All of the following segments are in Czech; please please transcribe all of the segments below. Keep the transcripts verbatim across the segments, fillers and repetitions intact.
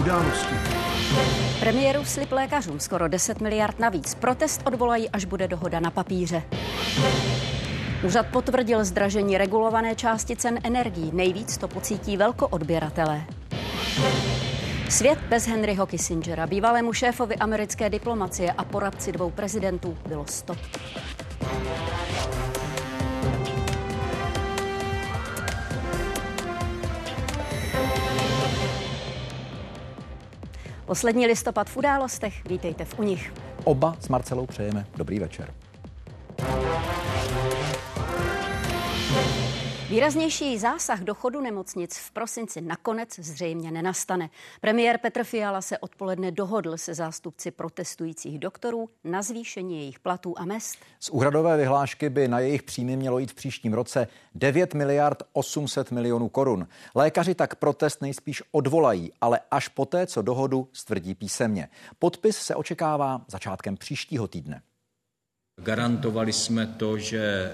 Události. Premiérův slib lékařům skoro deset miliard navíc. Protest odvolají, až bude dohoda na papíře. Úřad potvrdil zdražení regulované části cen energií. Nejvíc to pocítí velkoodběratelé. Svět bez Henryho Kissingera, bývalému šéfovi americké diplomacie a poradci dvou prezidentů, bylo stop. Poslední listopad v Událostech, vítejte v U nich. Oba s Marcelou přejeme dobrý večer. Výraznější zásah do chodu nemocnic v prosinci nakonec zřejmě nenastane. Premiér Petr Fiala se odpoledne dohodl se zástupci protestujících doktorů na zvýšení jejich platů a mezd. Z úhradové vyhlášky by na jejich příjmy mělo jít v příštím roce devět miliard osm set milionů korun. Lékaři tak protest nejspíš odvolají, ale až poté, co dohodu stvrdí písemně. Podpis se očekává začátkem příštího týdne. Garantovali jsme to, že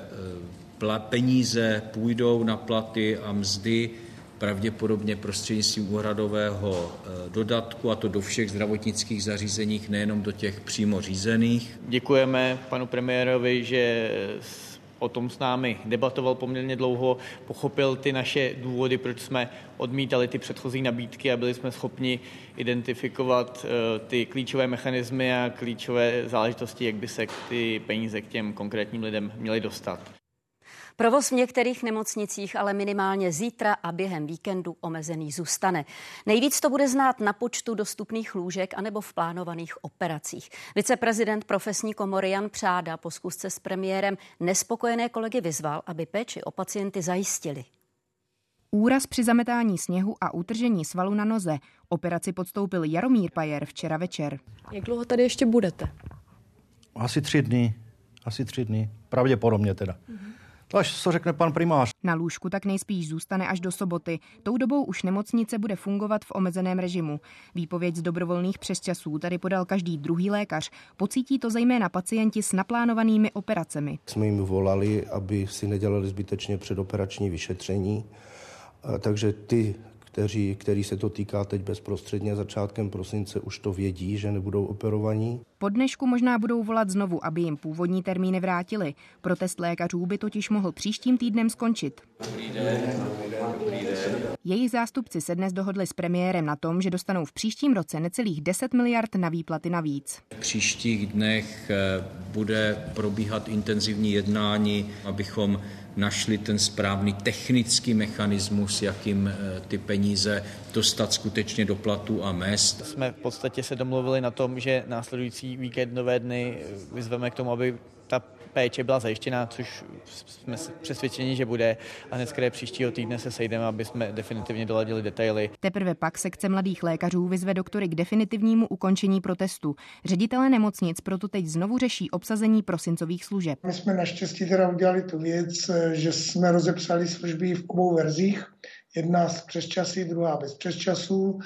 peníze půjdou na platy a mzdy pravděpodobně prostřednictvím úhradového dodatku, a to do všech zdravotnických zařízeních, nejenom do těch přímo řízených. Děkujeme panu premiérovi, že o tom s námi debatoval poměrně dlouho, pochopil ty naše důvody, proč jsme odmítali ty předchozí nabídky a byli jsme schopni identifikovat ty klíčové mechanismy a klíčové záležitosti, jak by se ty peníze k těm konkrétním lidem měly dostat. Provoz v některých nemocnicích ale minimálně zítra a během víkendu omezený zůstane. Nejvíc to bude znát na počtu dostupných lůžek anebo v plánovaných operacích. Viceprezident profesní komory Jan Přáda po schůzce s premiérem nespokojené kolegy vyzval, aby péči o pacienty zajistili. Úraz při zametání sněhu a utržení svalu na noze. Operaci podstoupil Jaromír Pajer včera večer. Jak dlouho tady ještě budete? Asi tři dny. Asi tři dny. Pravděpodobně teda. Mhm. To až co řekne pan primář. Na lůžku tak nejspíš zůstane až do soboty. Tou dobou už nemocnice bude fungovat v omezeném režimu. Výpověď z dobrovolných přesčasů tady podal každý druhý lékař. Pocítí to zejména pacienti s naplánovanými operacemi. Jsme jim volali, aby si nedělali zbytečně předoperační vyšetření, takže ty, kteří, který se to týká teď bezprostředně začátkem prosince, už to vědí, že nebudou operovaní. Po dnešku možná budou volat znovu, aby jim původní termíny vrátili. Protest lékařů by totiž mohl příštím týdnem skončit. Dobrý den. Dobrý den. Jejich zástupci se dnes dohodli s premiérem na tom, že dostanou v příštím roce necelých deset miliard na výplaty navíc. V příštích dnech bude probíhat intenzivní jednání, abychom našli ten správný technický mechanismus, jakým ty peníze dostat skutečně do platů a mezd. Jsme v podstatě se domluvili na tom, že následující víkendové dny vyzveme k tomu, aby ta péče byla zajištěná, což jsme přesvědčeni, že bude, a hned příštího týdne se sejdeme, aby jsme definitivně doladili detaily. Teprve pak sekce mladých lékařů vyzve doktory k definitivnímu ukončení protestu. Ředitelé nemocnic proto teď znovu řeší obsazení prosincových služeb. My jsme naštěstí teda udělali tu věc, že jsme rozepsali služby v obou verzích. Jedna s přesčasy, druhá bez přesčasů.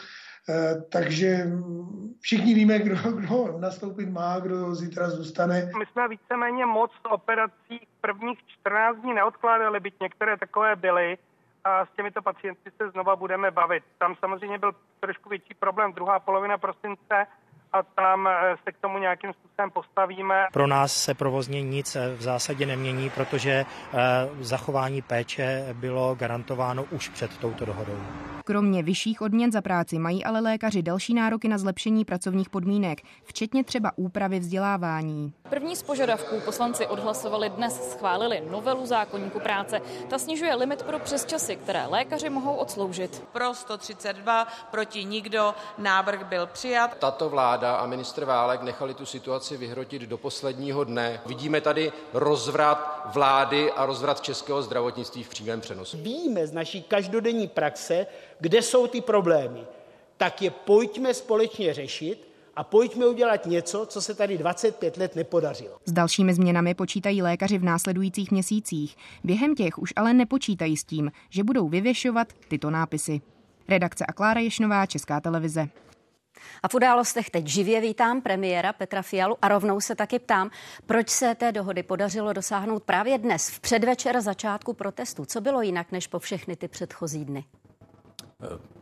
Takže všichni víme, kdo, kdo nastoupit má, kdo zítra zůstane. My jsme víceméně moc operací prvních čtrnáct dní neodkládali, byť některé takové byly, a s těmito pacienty se znova budeme bavit. Tam samozřejmě byl trošku větší problém druhá polovina prosince a tam se k tomu nějakým způsobem postavíme. Pro nás se provozně nic v zásadě nemění, protože zachování péče bylo garantováno už před touto dohodou. Kromě vyšších odměn za práci mají ale lékaři další nároky na zlepšení pracovních podmínek, včetně třeba úpravy vzdělávání. První z požadavků poslanci odhlasovali dnes, schválili novelu zákoníku práce. Ta snižuje limit pro přesčasy, které lékaři mohou odsloužit. Pro sto třicet dva, proti nikdo, návrh byl přijat. Tato vláda a ministr Válek nechali tu situaci vyhrotit do posledního dne. Vidíme tady rozvrat vlády a rozvrat českého zdravotnictví v přímém přenosu. Víme z naší každodenní praxe, kde jsou ty problémy, tak je pojďme společně řešit a pojďme udělat něco, co se tady dvacet pět let nepodařilo. S dalšími změnami počítají lékaři v následujících měsících. Během těch už ale nepočítají s tím, že budou vyvěšovat tyto nápisy. Redakce a Klára Ješnová, Česká televize. A v Událostech teď živě vítám premiéra Petra Fialu a rovnou se taky ptám, proč se té dohody podařilo dosáhnout právě dnes, v předvečer začátku protestu. Co bylo jinak než po všechny ty předchozí dny?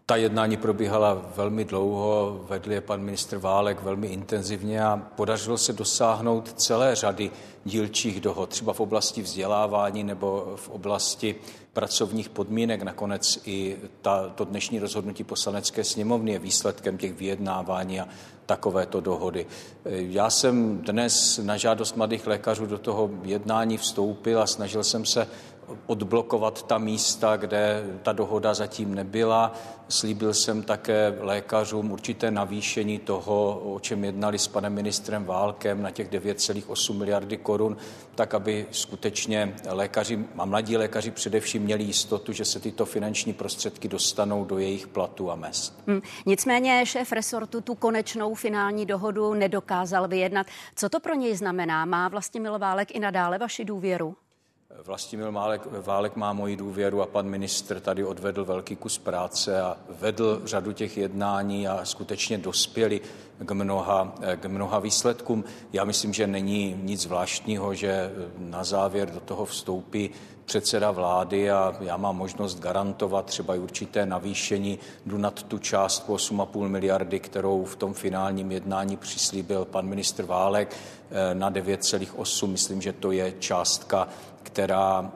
Ta jednání probíhala velmi dlouho, vedl je pan ministr Válek velmi intenzivně a podařilo se dosáhnout celé řady dílčích dohod, třeba v oblasti vzdělávání nebo v oblasti pracovních podmínek. Nakonec i ta, to dnešní rozhodnutí Poslanecké sněmovny je výsledkem těch vyjednávání a takovéto dohody. Já jsem dnes na žádost mladých lékařů do toho jednání vstoupil a snažil jsem se odblokovat ta místa, kde ta dohoda zatím nebyla. Slíbil jsem také lékařům určité navýšení toho, o čem jednali s panem ministrem Válkem na těch devět celá osm miliardy korun, tak aby skutečně lékaři a mladí lékaři především měli jistotu, že se tyto finanční prostředky dostanou do jejich platů a mezd. Hmm. Nicméně šéf resortu tu konečnou finální dohodu nedokázal vyjednat. Co to pro něj znamená? Má Vlastimil Válek i nadále vaši důvěru? Vlastimil Válek, Válek má moji důvěru a pan ministr tady odvedl velký kus práce a vedl řadu těch jednání a skutečně dospěli k mnoha, k mnoha výsledkům. Já myslím, že není nic zvláštního, že na závěr do toho vstoupí předseda vlády a já mám možnost garantovat třeba i určité navýšení, jdu nad tu částku osm a půl miliardy, kterou v tom finálním jednání přislíbil pan ministr Válek na devět celá osm. Myslím, že to je částka, která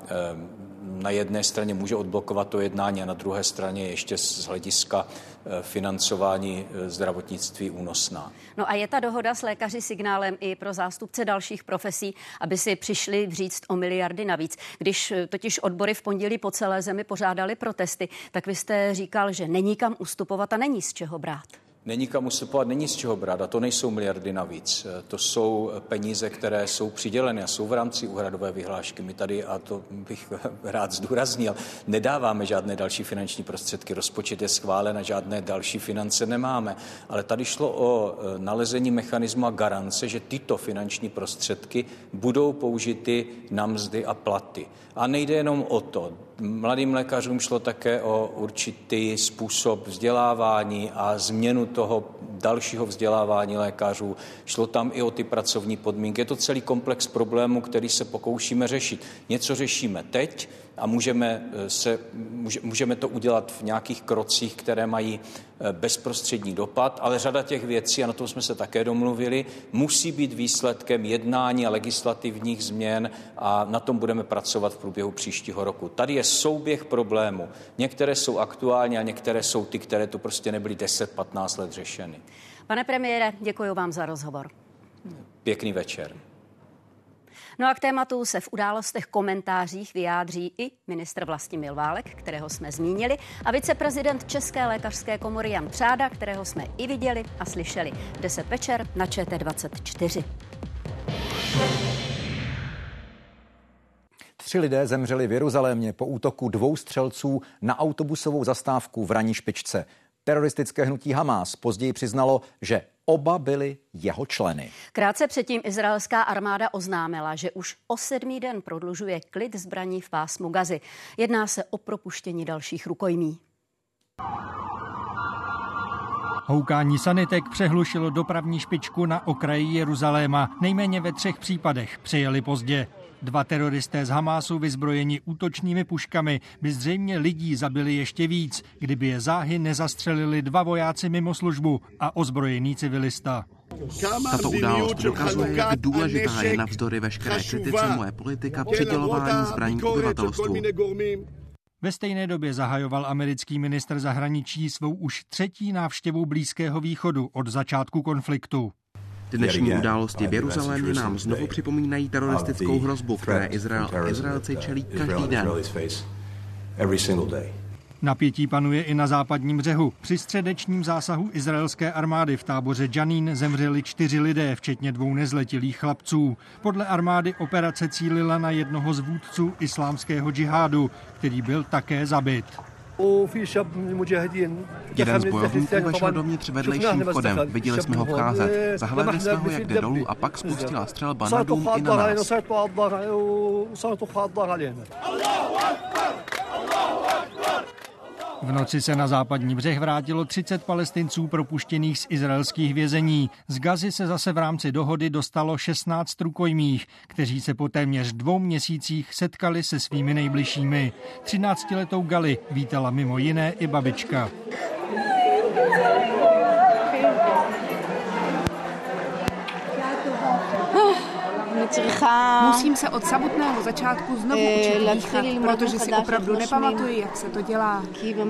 na jedné straně může odblokovat to jednání a na druhé straně ještě z hlediska financování zdravotnictví únosná. No a je ta dohoda s lékaři signálem i pro zástupce dalších profesí, aby si přišli říct o miliardy navíc. Když totiž odbory v pondělí po celé zemi pořádali protesty, tak vy jste říkal, že není kam ustupovat a není z čeho brát. Není kam ustupovat, není z čeho brát a to nejsou miliardy navíc. To jsou peníze, které jsou přiděleny a jsou v rámci úhradové vyhlášky. My tady, a to bych rád zdůraznil, nedáváme žádné další finanční prostředky. Rozpočet je schválen a žádné další finance nemáme. Ale tady šlo o nalezení mechanismu a garance, že tyto finanční prostředky budou použity na mzdy a platy. A nejde jenom o to. Mladým lékařům šlo také o určitý způsob vzdělávání a změnu toho dalšího vzdělávání lékařů. Šlo tam i o ty pracovní podmínky. Je to celý komplex problémů, který se pokoušíme řešit. Něco řešíme teď a můžeme, se, můžeme to udělat v nějakých krocích, které mají bezprostřední dopad, ale řada těch věcí, a na tom jsme se také domluvili, musí být výsledkem jednání a legislativních změn a na tom budeme pracovat v průběhu příštího roku. Tady je souběh problémů. Některé jsou aktuální a některé jsou ty, které tu prostě nebyly deset patnáct let řešeny. Pane premiére, děkuji vám za rozhovor. Pěkný večer. No a k tématu se v Událostech komentářích vyjádří i ministr Vlastimil Válek, kterého jsme zmínili, a viceprezident České lékařské komory Jan Třáda, kterého jsme i viděli a slyšeli. deset večer na Č T dvacet čtyři. Tři lidé zemřeli v Jeruzalémě po útoku dvou střelců na autobusovou zastávku v ranní špičce. Teroristické hnutí Hamás později přiznalo, že oba byli jeho členy. Krátce předtím izraelská armáda oznámila, že už o sedmý den prodlužuje klid zbraní v pásmu Gazy. Jedná se o propuštění dalších rukojmí. Houkání sanitek přehlušilo dopravní špičku na okraji Jeruzaléma. Nejméně ve třech případech přijeli pozdě. Dva teroristé z Hamásu vyzbrojeni útočnými puškami by zřejmě lidí zabili ještě víc, kdyby je záhy nezastřelili dva vojáci mimo službu a ozbrojený civilista. Tato událost dokazuje, jak důležitá je navzdory veškeré kritice moje politika přidělování zbraní obyvatelstvu. Ve stejné době zahajoval americký ministr zahraničí svou už třetí návštěvu Blízkého východu od začátku konfliktu. Dnešní události v Jeruzalémě nám znovu připomínají teroristickou hrozbu, které Izrael a Izraelci čelí každý den. Napětí panuje i na západním břehu. Při středečním zásahu izraelské armády v táboře Džanín zemřeli čtyři lidé, včetně dvou nezletilých chlapců. Podle armády operace cílila na jednoho z vůdců islámského džihádu, který byl také zabit. Jeden z bojovníků vešel dovnitř vedlejším vchodem. Viděli jsme ho vcházet. Zahledli jsme ho, jak jde dolů, a pak spustila střelba na dům i na nás. V noci se na západní břeh vrátilo třicet Palestinců propuštěných z izraelských vězení. Z Gazy se zase v rámci dohody dostalo šestnáct rukojmích, kteří se po téměř dvou měsících setkali se svými nejbližšími. třináctiletou Gali vítala mimo jiné i babička. Musím se od samotného začátku znovu učit dýchat, protože si opravdu nepamatuji, jak se to dělá.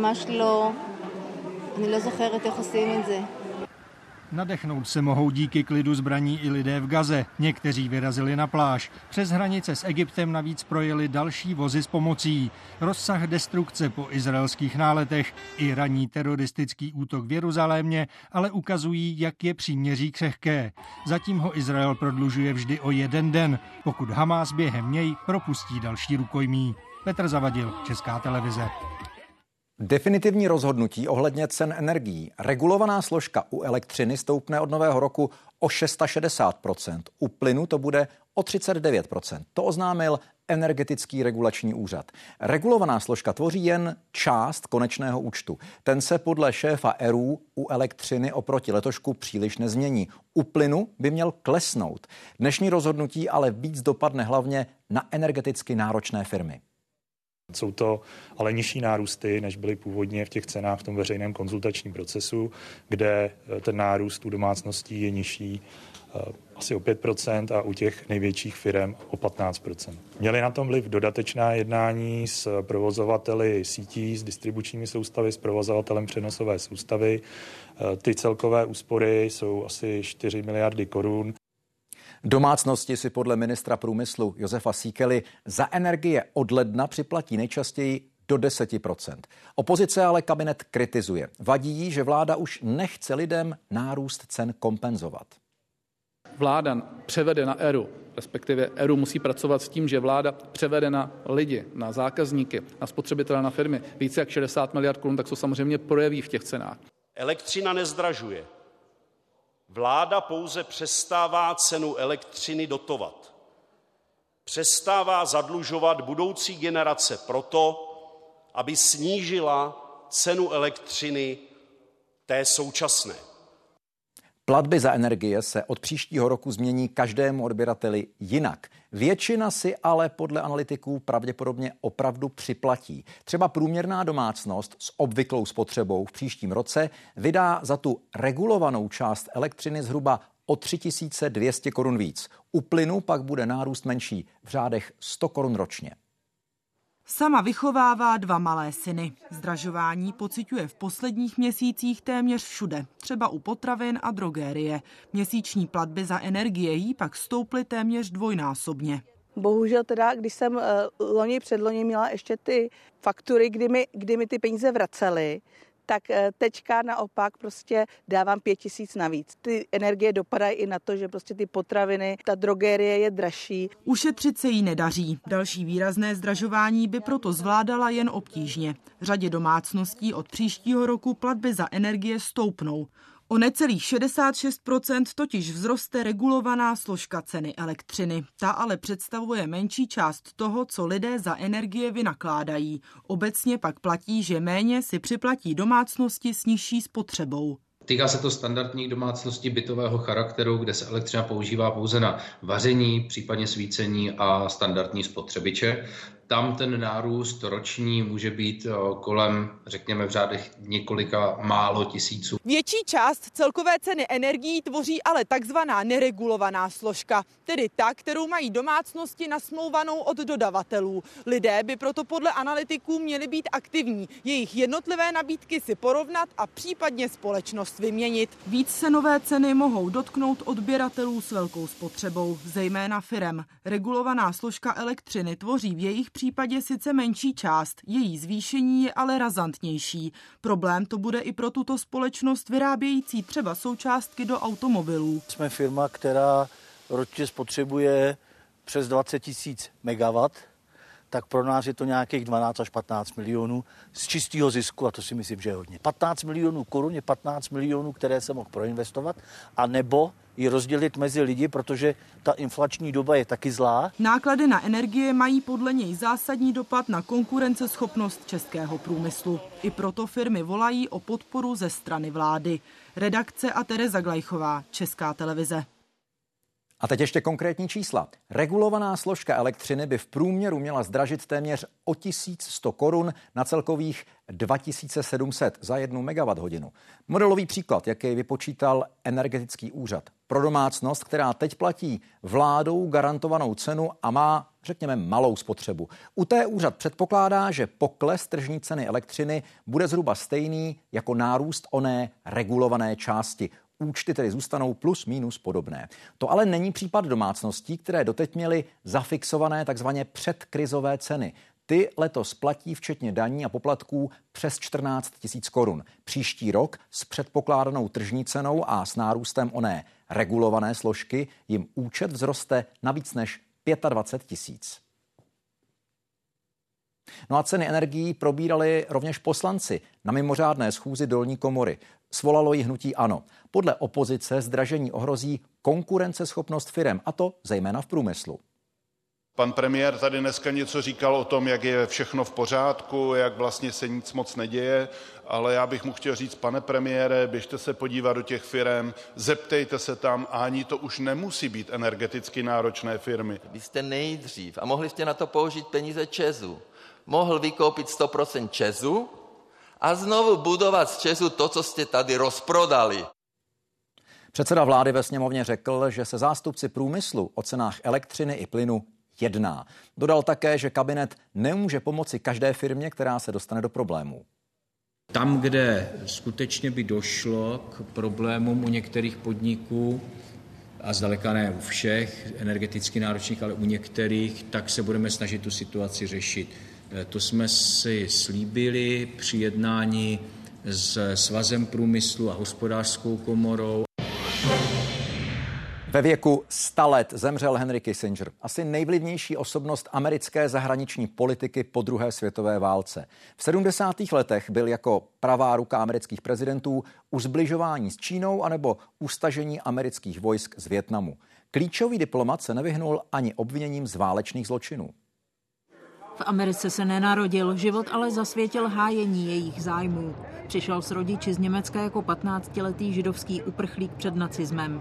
Nadechnout se mohou díky klidu zbraní i lidé v Gaze. Někteří vyrazili na pláž. Přes hranice s Egyptem navíc projeli další vozy s pomocí. Rozsah destrukce po izraelských náletech i ranní teroristický útok v Jeruzalémě ale ukazují, jak je příměří křehké. Zatím ho Izrael prodlužuje vždy o jeden den, pokud Hamás během něj propustí další rukojmí. Petr Zavadil, Česká televize. Definitivní rozhodnutí ohledně cen energií. Regulovaná složka u elektřiny stoupne od nového roku o šedesát šest procent. U plynu to bude o třicet devět procent. To oznámil Energetický regulační úřad. Regulovaná složka tvoří jen část konečného účtu. Ten se podle šéfa ERÚ u elektřiny oproti letošku příliš nezmění. U plynu by měl klesnout. Dnešní rozhodnutí ale víc dopadne hlavně na energeticky náročné firmy. Jsou to ale nižší nárůsty, než byly původně v těch cenách v tom veřejném konzultačním procesu, kde ten nárůst u domácností je nižší asi o pět procent a u těch největších firem o patnáct procent. Měli na tom vliv dodatečná jednání s provozovateli sítí, s distribučními soustavy, s provozovatelem přenosové soustavy. Ty celkové úspory jsou asi čtyři miliardy korun. Domácnosti si podle ministra průmyslu Josefa Síkely za energie od ledna připlatí nejčastěji do deset procent. Opozice ale kabinet kritizuje. Vadí jí, že vláda už nechce lidem nárůst cen kompenzovat. Vláda převede na ERÚ, respektive ERÚ musí pracovat s tím, že vláda převede na lidi, na zákazníky, na spotřebitele, na firmy více jak šedesát miliard korun, tak to samozřejmě projeví v těch cenách. Elektřina nezdražuje. Vláda pouze přestává cenu elektřiny dotovat. Přestává zadlužovat budoucí generace proto, aby snížila cenu elektřiny té současné. Platby za energie se od příštího roku změní každému odběrateli jinak. Většina si ale podle analytiků pravděpodobně opravdu připlatí. Třeba průměrná domácnost s obvyklou spotřebou v příštím roce vydá za tu regulovanou část elektřiny zhruba o tři tisíce dvě stě korun víc. U plynu pak bude nárůst menší v řádech sto korun ročně. Sama vychovává dva malé syny. Zdražování pociťuje v posledních měsících téměř všude, třeba u potravin a drogérie. Měsíční platby za energie jí pak stouply téměř dvojnásobně. Bohužel teda, když jsem loni předloni měla ještě ty faktury, kdy mi, kdy mi ty peníze vracely, tak teďka naopak prostě dávám pět tisíc navíc. Ty energie dopadají i na to, že prostě ty potraviny, ta drogérie je dražší. Ušetřit se jí nedaří. Další výrazné zdražování by proto zvládala jen obtížně. Řadě domácností od příštího roku platby za energie stoupnou. O necelých šedesát šest procent totiž vzroste regulovaná složka ceny elektřiny. Ta ale představuje menší část toho, co lidé za energie vynakládají. Obecně pak platí, že méně si připlatí domácnosti s nižší spotřebou. Týká se to standardních domácností bytového charakteru, kde se elektřina používá pouze na vaření, případně svícení a standardní spotřebiče. Tam ten nárůst roční může být kolem, řekněme, v řádech několika málo tisíců. Větší část celkové ceny energií tvoří ale takzvaná neregulovaná složka, tedy ta, kterou mají domácnosti nasmlouvanou od dodavatelů. Lidé by proto podle analytiků měli být aktivní, jejich jednotlivé nabídky si porovnat a případně společnost vyměnit. Víc se nové ceny mohou dotknout odběratelů s velkou spotřebou, zejména firem. Regulovaná složka elektřiny tvoří v jejich případě sice menší část, její zvýšení je ale razantnější. Problém to bude i pro tuto společnost vyrábějící třeba součástky do automobilů. Jsme firma, která ročně spotřebuje přes dvacet tisíc megawatt, tak pro nás je to nějakých dvanáct až patnáct milionů z čistého zisku a to si myslím, že je hodně. patnáct milionů korun je patnáct milionů, které se mohl proinvestovat a nebo ji rozdělit mezi lidi, protože ta inflační doba je taky zlá. Náklady na energie mají podle něj zásadní dopad na konkurenceschopnost českého průmyslu. I proto firmy volají o podporu ze strany vlády. Redakce a Tereza Glajchová, Česká televize. A teď ještě konkrétní čísla. Regulovaná složka elektřiny by v průměru měla zdražit téměř o tisíc sto korun na celkových dva tisíce sedm set za jednu megawatthodinu. Modelový příklad, jaký vypočítal Energetický úřad. Pro domácnost, která teď platí vládou garantovanou cenu a má, řekněme, malou spotřebu. U té úřad předpokládá, že pokles tržní ceny elektřiny bude zhruba stejný jako nárůst oné regulované části. Účty tedy zůstanou plus minus podobné. To ale není případ domácností, které doteď měly zafixované takzvaně předkrizové ceny. Ty letos platí včetně daní a poplatků přes čtrnáct tisíc korun. Příští rok s předpokládanou tržní cenou a s nárůstem oné regulované složky jim účet vzroste na víc než dvacet pět tisíc. No a ceny energií probírali rovněž poslanci na mimořádné schůzi dolní komory. Svolalo ji hnutí ANO. Podle opozice zdražení ohrozí konkurenceschopnost firem, a to zejména v průmyslu. Pan premiér tady dneska něco říkal o tom, jak je všechno v pořádku, jak vlastně se nic moc neděje, ale já bych mu chtěl říct, pane premiére, běžte se podívat do těch firem, zeptejte se tam, a ani to už nemusí být energeticky náročné firmy. Vy jste nejdřív, a mohli jste na to použít peníze ČEZu, mohl vykoupit sto procent ČEZu a znovu budovat z ČEZu to, co jste tady rozprodali. Předseda vlády ve sněmovně řekl, že se zástupci průmyslu o cenách elektřiny i plynu jedná. Dodal také, že kabinet nemůže pomoci každé firmě, která se dostane do problémů. Tam, kde skutečně by došlo k problémům u některých podniků, a zdaleka ne u všech energeticky náročných, ale u některých, tak se budeme snažit tu situaci řešit. To jsme si slíbili při jednání s Svazem průmyslu a Hospodářskou komorou. Ve věku sta let zemřel Henry Kissinger, asi nejvlivnější osobnost americké zahraniční politiky po druhé světové válce. V sedmdesátých letech byl jako pravá ruka amerických prezidentů u zbližování s Čínou anebo u stažení amerických vojsk z Vietnamu. Klíčový diplomat se nevyhnul ani obviněním z válečných zločinů. V Americe se nenarodil, život ale zasvětil hájení jejich zájmů. Přišel s rodiči z Německa jako patnáctiletý židovský uprchlík před nacismem.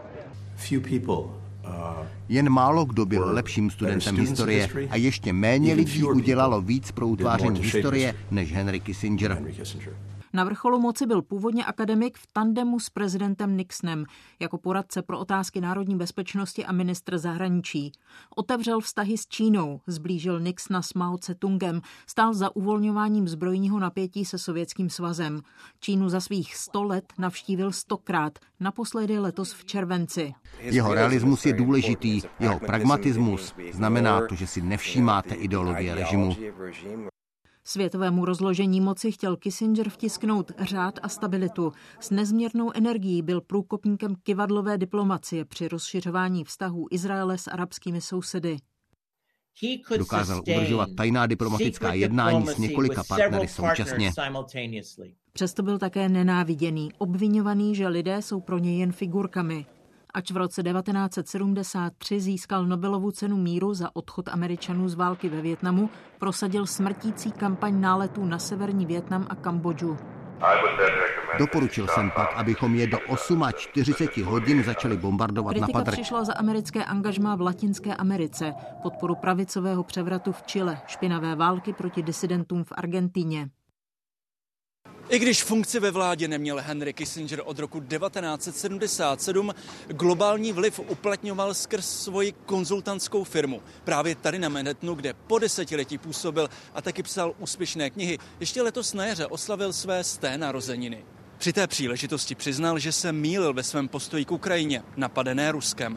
Jen málo kdo byl lepším studentem historie a ještě méně lidí udělalo víc pro utváření historie než Henry Kissinger. Na vrcholu moci byl původně akademik v tandemu s prezidentem Nixonem jako poradce pro otázky národní bezpečnosti a ministr zahraničí. Otevřel vztahy s Čínou, zblížil Nixona s Mao Tse-tungem, stál za uvolňováním zbrojního napětí se Sovětským svazem. Čínu za svých sto let navštívil stokrát, naposledy letos v červenci. Jeho realismus je důležitý, jeho pragmatismus znamená to, že si nevšímáte ideologie režimu. Světovému rozložení moci chtěl Kissinger vtisknout řád a stabilitu. S nezměrnou energií byl průkopníkem kyvadlové diplomacie při rozšiřování vztahů Izraele s arabskými sousedy. Dokázal udržovat tajná diplomatická jednání s několika partnery současně. Přesto byl také nenáviděný, obviňovaný, že lidé jsou pro něj jen figurkami. Ač v roce devatenáct set sedmdesát tři získal Nobelovu cenu míru za odchod Američanů z války ve Vietnamu, prosadil smrtící kampaň náletů na severní Vietnam a Kambodžu. Doporučil jsem pak, abychom je do čtyřicet osm hodin začali bombardovat Kritika na Padre. přišla za americké angažmá v Latinské Americe, podporu pravicového převratu v Chile, špinavé války proti disidentům v Argentíně. I když funkci ve vládě neměl Henry Kissinger od roku devatenáct set sedmdesát sedm, globální vliv uplatňoval skrz svoji konzultantskou firmu. Právě tady na Manhattanu, kde po desetiletí působil a taky psal úspěšné knihy, ještě letos na jaře oslavil své sté narozeniny. Při té příležitosti přiznal, že se mýlil ve svém postoji k Ukrajině, napadené Ruskem.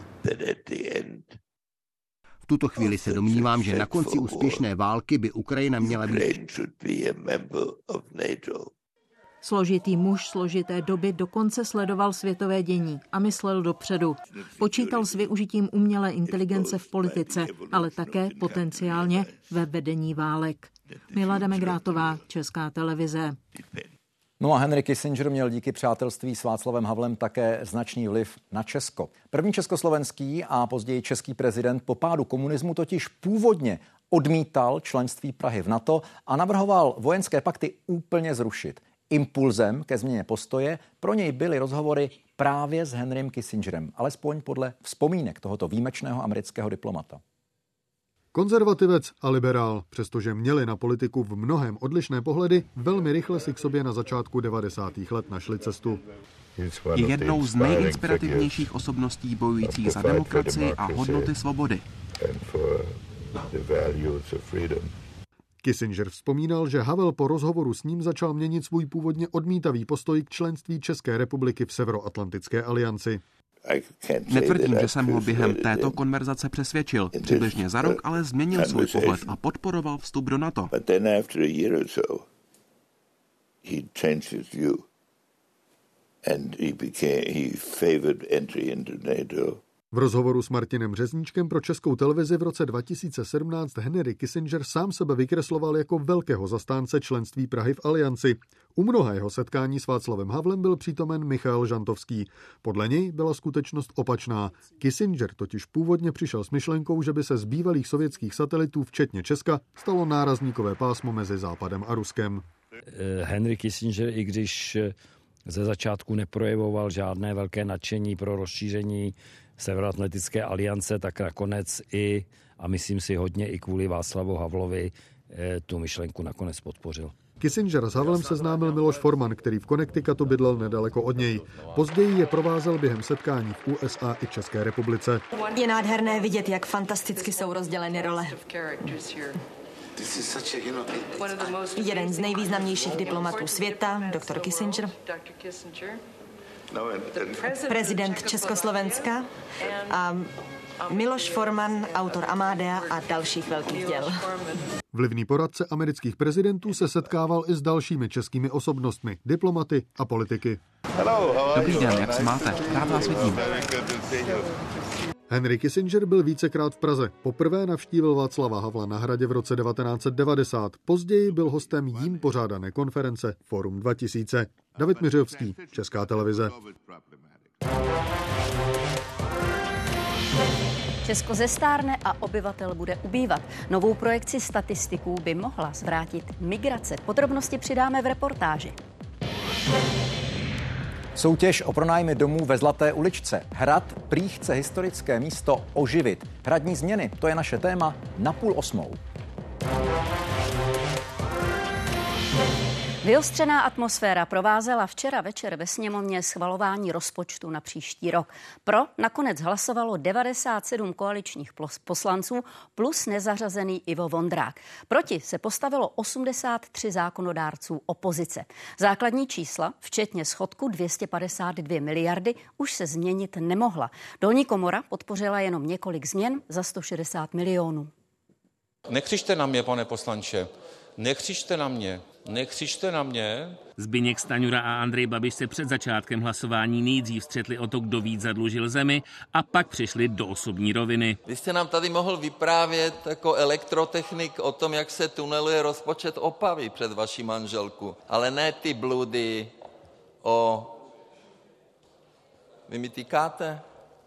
V tuto chvíli se domnívám, že na konci úspěšné války by Ukrajina měla být Složitý muž složité doby dokonce sledoval světové dění a myslel dopředu. Počítal s využitím umělé inteligence v politice, ale také potenciálně ve vedení válek. Milada Megrátová, Česká televize. No a Henry Kissinger měl díky přátelství s Václavem Havlem také značný vliv na Česko. První československý a později český prezident po pádu komunismu totiž původně odmítal členství Prahy v NATO a navrhoval vojenské pakty úplně zrušit. Impulzem ke změně postoje pro něj byly rozhovory právě s Henrym Kissingerem, alespoň podle vzpomínek tohoto výjimečného amerického diplomata. Konzervativec a liberál, přestože měli na politiku v mnohém odlišné pohledy, velmi rychle si k sobě na začátku devadesátých let našli cestu. Je jednou z nejinspirativnějších osobností bojujících za demokracii a hodnoty svobody. Kissinger vzpomínal, že Havel po rozhovoru s ním začal měnit svůj původně odmítavý postoj k členství České republiky v Severoatlantické alianci. Netvrdím, že jsem ho během této konverzace přesvědčil. Přibližně za rok ale změnil svůj pohled a podporoval vstup do NATO. V rozhovoru s Martinem Řezníčkem pro Českou televizi v roce dva tisíce sedmnáct Henry Kissinger sám sebe vykresloval jako velkého zastánce členství Prahy v alianci. U mnoha jeho setkání s Václavem Havlem byl přítomen Michael Žantovský. Podle něj byla skutečnost opačná. Kissinger totiž původně přišel s myšlenkou, že by se z bývalých sovětských satelitů, včetně Česka, stalo nárazníkové pásmo mezi Západem a Ruskem. Henry Kissinger, i když ze začátku neprojevoval žádné velké nadšení pro rozšíření Severoatlantické aliance, tak nakonec i, a myslím si hodně i kvůli Václavu Havlovi, tu myšlenku nakonec podpořil. Kissinger s Havlem seznámil Miloš Forman, který v Connecticutu bydlel nedaleko od něj. Později je provázel během setkání v U S A i České republice. Je nádherné vidět, jak fantasticky jsou rozděleny role. Jeden z nejvýznamnějších diplomatů světa, doktor Kissinger, prezident Československa a Miloš Forman, autor Amadea a dalších velkých děl. Vlivný poradce amerických prezidentů se setkával i s dalšími českými osobnostmi, diplomaty a politiky. Dobrý den, jak se máte? Rád vás vidím. Henry Kissinger byl vícekrát v Praze. Poprvé navštívil Václava Havla na Hradě v roce devatenáct set devadesát. Později byl hostem jím pořádané konference Forum dva tisíce. David Miřovský, Česká televize. Česko zestárne a obyvatel bude ubývat. Novou projekci statistiků by mohla zvrátit migrace. Podrobnosti přidáme v reportáži. Soutěž o pronájmy domů ve Zlaté uličce. Hrad prý chce historické místo oživit. Hradní změny, to je naše téma na půl osmou. Vyostřená atmosféra provázela včera večer ve sněmovně schvalování rozpočtu na příští rok. Pro nakonec hlasovalo devadesát sedm koaličních poslanců plus nezařazený Ivo Vondrák. Proti se postavilo osmdesát tři zákonodárců opozice. Základní čísla, včetně schodku dvě stě padesát dvě miliardy, už se změnit nemohla. Dolní komora podpořila jenom několik změn za sto šedesát milionů. Nekřičte na mě, pane poslanče. Nekřičte na mě. Nekřičte na mě. Zbyněk Stanjura a Andrej Babiš se před začátkem hlasování nejdřív střetli o to, kdo víc zadlužil zemi, a pak přišli do osobní roviny. Vy jste nám tady mohl vyprávět jako elektrotechnik o tom, jak se tuneluje rozpočet Opavy před vaší manželku. Ale ne ty bludy o... Vy mi týkáte?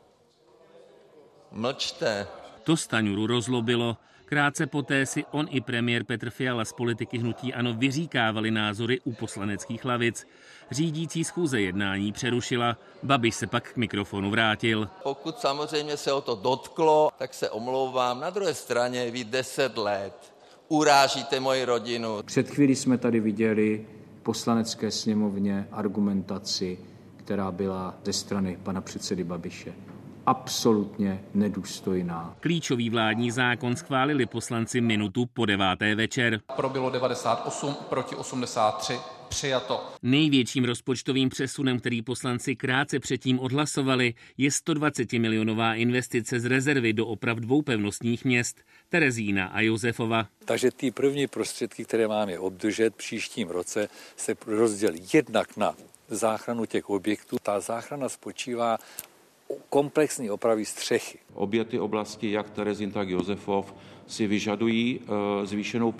Mlčte. To Stanjuru rozlobilo. Krátce poté si on i premiér Petr Fiala z politiky hnutí ANO vyříkávali názory u poslaneckých lavic. Řídící schůze jednání přerušila, Babiš se pak k mikrofonu vrátil. Pokud samozřejmě se o to dotklo, tak se omlouvám. Na druhé straně vy deset let urážíte moji rodinu. Před chvílí jsme tady viděli v poslanecké sněmovně argumentaci, která byla ze strany pana předsedy Babiše absolutně nedůstojná. Klíčový vládní zákon schválili poslanci minutu po deváté večer. Pro bylo devadesát osm, proti osmdesát tři, přijato. Největším rozpočtovým přesunem, který poslanci krátce předtím odhlasovali, je sto dvacet milionová investice z rezervy do oprav dvoupevnostních měst Terezína a Josefova. Takže ty první prostředky, které máme obdržet příštím roce, se rozdělí jednak na záchranu těch objektů. Ta záchrana spočívá komplexní opravy střechy. Obě ty oblasti, jak Terezín, tak Josefov, si vyžadují e, zvýšenou péči.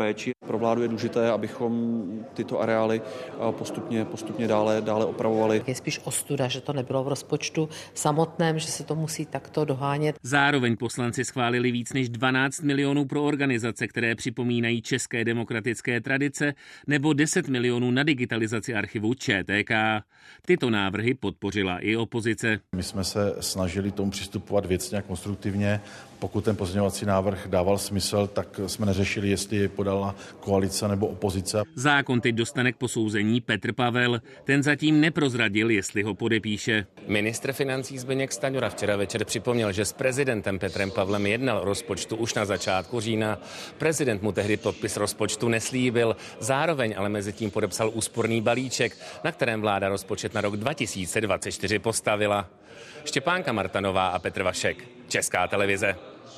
Pro vládu je důležité, abychom tyto areály postupně, postupně dále, dále opravovali. Je spíš ostuda, že to nebylo v rozpočtu samotném, že se to musí takto dohánět. Zároveň poslanci schválili víc než dvanáct milionů pro organizace, které připomínají české demokratické tradice, nebo deset milionů na digitalizaci archivu ČTK. Tyto návrhy podpořila i opozice. My jsme se snažili tomu přistupovat věcně a konstruktivně. Pokud ten pozměňovací návrh dával smysl, tak jsme neřešili, jestli je podala koalice nebo opozice. Zákon teď dostane k posouzení Petr Pavel. Ten zatím neprozradil, jestli ho podepíše. Ministr financí Zbyněk Stanjura včera večer připomněl, že s prezidentem Petrem Pavlem jednal o rozpočtu už na začátku října. Prezident mu tehdy podpis rozpočtu neslíbil. Zároveň ale mezi tím podepsal úsporný balíček, na kterém vláda rozpočet na rok dva tisíce dvacet čtyři postavila. Štěpánka Martanová a Petr Vašek, Česká televize.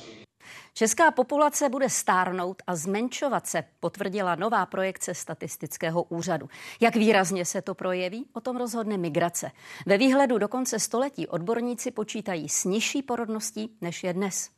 Česká populace bude stárnout a zmenšovat se, potvrdila nová projekce statistického úřadu. Jak výrazně se to projeví, o tom rozhodne migrace. Ve výhledu do konce století odborníci počítají s nižší porodností, než je dnes.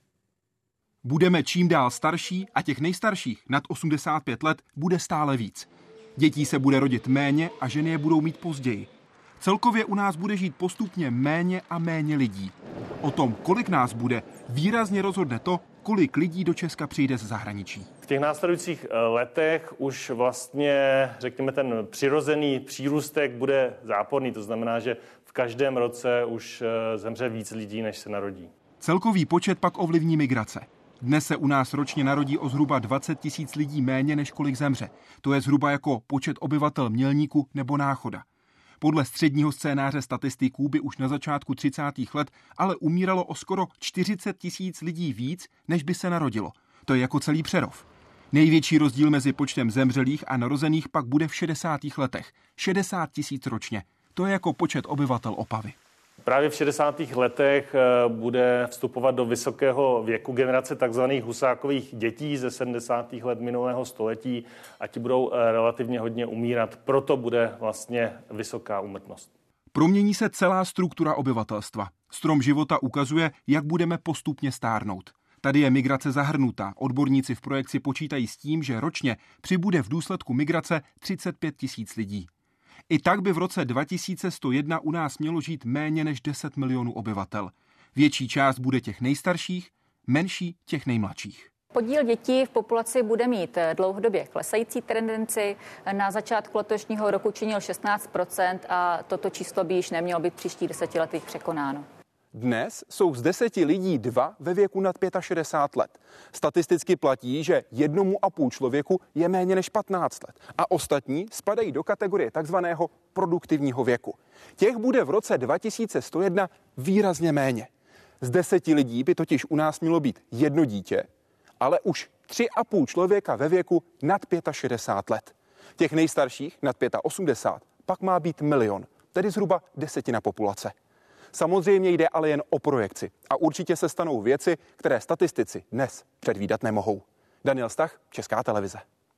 Budeme čím dál starší a těch nejstarších nad osmdesát pět let bude stále víc. Dětí se bude rodit méně a ženy je budou mít později. Celkově u nás bude žít postupně méně a méně lidí. O tom, kolik nás bude, výrazně rozhodne to, kolik lidí do Česka přijde z zahraničí. V těch následujících letech už vlastně, řekněme, ten přirozený přírůstek bude záporný. To znamená, že v každém roce už zemře víc lidí, než se narodí. Celkový počet pak ovlivní migrace. Dnes se u nás ročně narodí o zhruba dvacet tisíc lidí méně, než kolik zemře. To je zhruba jako počet obyvatel Mělníku nebo Náchoda. Podle středního scénáře statistiků by už na začátku třicátých let ale umíralo o skoro čtyřicet tisíc lidí víc, než by se narodilo. To je jako celý Přerov. Největší rozdíl mezi počtem zemřelých a narozených pak bude v šedesátých letech. šedesát tisíc ročně. To je jako počet obyvatel Opavy. Právě v šedesátých letech bude vstupovat do vysokého věku generace takzvaných Husákových dětí ze sedmdesátých let minulého století a ti budou relativně hodně umírat. Proto bude vlastně vysoká úmrtnost. Promění se celá struktura obyvatelstva. Strom života ukazuje, jak budeme postupně stárnout. Tady je migrace zahrnutá. Odborníci v projekci počítají s tím, že ročně přibude v důsledku migrace třicet pět tisíc lidí. I tak by v roce dva tisíce sto jedna u nás mělo žít méně než deset milionů obyvatel. Větší část bude těch nejstarších, menší těch nejmladších. Podíl dětí v populaci bude mít dlouhodobě klesající tendenci. Na začátku letošního roku činil šestnáct procent a toto číslo by již nemělo být v příštích deseti letech překonáno. Dnes jsou z deseti lidí dva ve věku nad šedesát pět let. Statisticky platí, že jednomu a půl člověku je méně než patnáct let a ostatní spadají do kategorie takzvaného produktivního věku. Těch bude v roce dva tisíce sto jedna výrazně méně. Z deseti lidí by totiž u nás mělo být jedno dítě, ale už tři a půl člověka ve věku nad šedesát pět let. Těch nejstarších nad osmdesát pět pak má být milion, tedy zhruba desetina populace. Samozřejmě jde ale jen o projekci a určitě se stanou věci, které statistici dnes předvídat nemohou. Daniel Stach, Česká televize.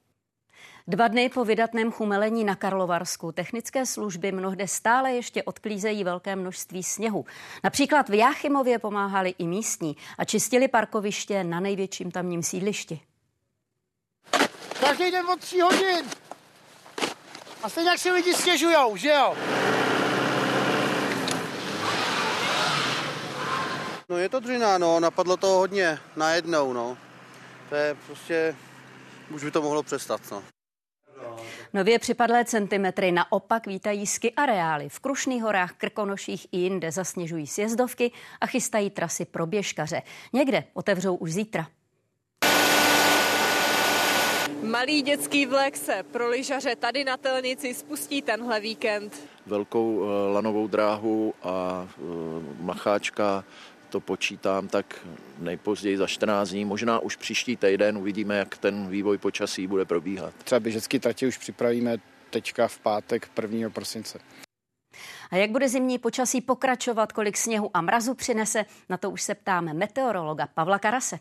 Dva dny po vydatném chumelení na Karlovarsku technické služby mnohde stále ještě odklízejí velké množství sněhu. Například v Jáchymově pomáhali i místní a čistili parkoviště na největším tamním sídlišti. Každý den od tří hodin. A stejně jak si lidi stěžujou, že jo? No je to dřina, no, napadlo toho hodně najednou, no. To je prostě, už by to mohlo přestat, no. Nově připadlé centimetry naopak vítají ski areály. V Krušných horách, Krkonoších i jinde zasněžují sjezdovky a chystají trasy pro běžkaře. Někde otevřou už zítra. Malý dětský vlek se pro lyžaře tady na Telnici spustí tenhle víkend. Velkou lanovou dráhu a macháčka, to počítám tak nejpozději za čtrnáct dní, možná už příští týden uvidíme, jak ten vývoj počasí bude probíhat. Třeba běžecké trati už připravíme teďka v pátek prvního prosince. A jak bude zimní počasí pokračovat, kolik sněhu a mrazu přinese, na to už se ptáme meteorologa Pavla Karase.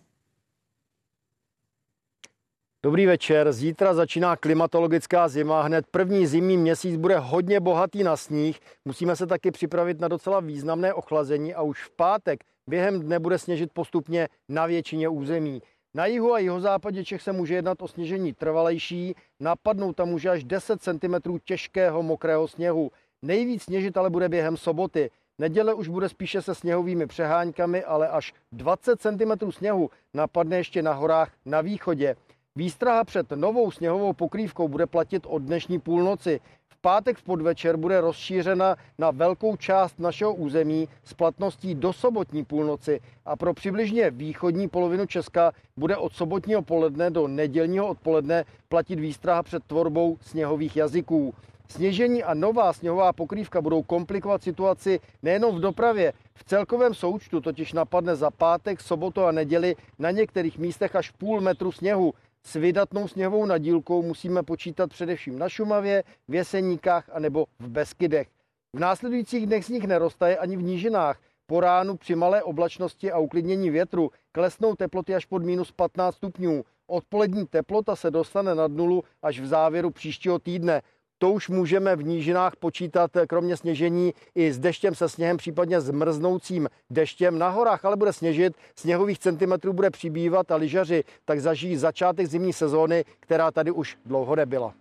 Dobrý večer. Zítra začíná klimatologická zima. Hned první zimní měsíc bude hodně bohatý na sníh. Musíme se taky připravit na docela významné ochlazení a už v pátek během dne bude sněžit postupně na většině území. Na jihu a jihozápadě Čech se může jednat o sněžení trvalejší, napadnout tam může až deset centimetrů těžkého mokrého sněhu. Nejvíc sněžit ale bude během soboty. Neděle už bude spíše se sněhovými přeháňkami, ale až dvacet centimetrů sněhu napadne ještě na horách na východě. Výstraha před novou sněhovou pokrývkou bude platit od dnešní půlnoci. V pátek v podvečer bude rozšířena na velkou část našeho území s platností do sobotní půlnoci a pro přibližně východní polovinu Česka bude od sobotního poledne do nedělního odpoledne platit výstraha před tvorbou sněhových jazyků. Sněžení a nová sněhová pokrývka budou komplikovat situaci nejenom v dopravě. V celkovém součtu totiž napadne za pátek, sobotu a neděli na některých místech až půl metru sněhu. S vydatnou sněhovou nadílkou musíme počítat především na Šumavě, v Jeseníkách a nebo v Beskydech. V následujících dnech sníh neroste ani v nížinách. Po ránu při malé oblačnosti a uklidnění větru klesnou teploty až pod minus patnáct stupňů. Odpolední teplota se dostane nad nulu až v závěru příštího týdne. To už můžeme v nížinách počítat kromě sněžení i s deštěm se sněhem, případně s mrznoucím deštěm. Na horách ale bude sněžit, sněhových centimetrů bude přibývat a lyžaři tak zažijí začátek zimní sezóny, která tady už dlouho nebyla.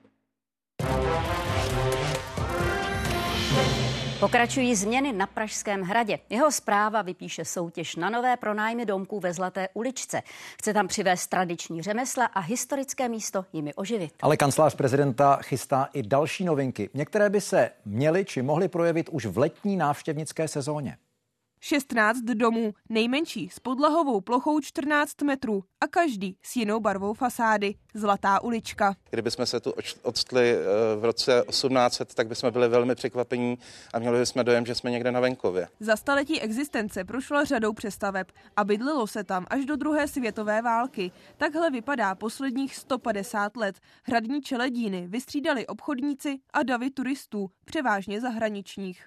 Pokračují změny na Pražském hradě. Jeho správa vypíše soutěž na nové pronájmy domků ve Zlaté uličce. Chce tam přivést tradiční řemesla a historické místo jimi oživit. Ale kancelář prezidenta chystá i další novinky. Některé by se měly či mohly projevit už v letní návštěvnické sezóně. šestnáct domů, nejmenší s podlahovou plochou čtrnáct metrů a každý s jinou barvou fasády. Zlatá ulička. Kdybychom se tu odstli v roce osmnáct set, tak bychom byli velmi překvapení a měli bychom dojem, že jsme někde na venkově. Za staletí existence prošlo řadou přestaveb a bydlelo se tam až do druhé světové války. Takhle vypadá posledních sto padesát let. Hradní čeledíny vystřídali obchodníci a davy turistů, převážně zahraničních.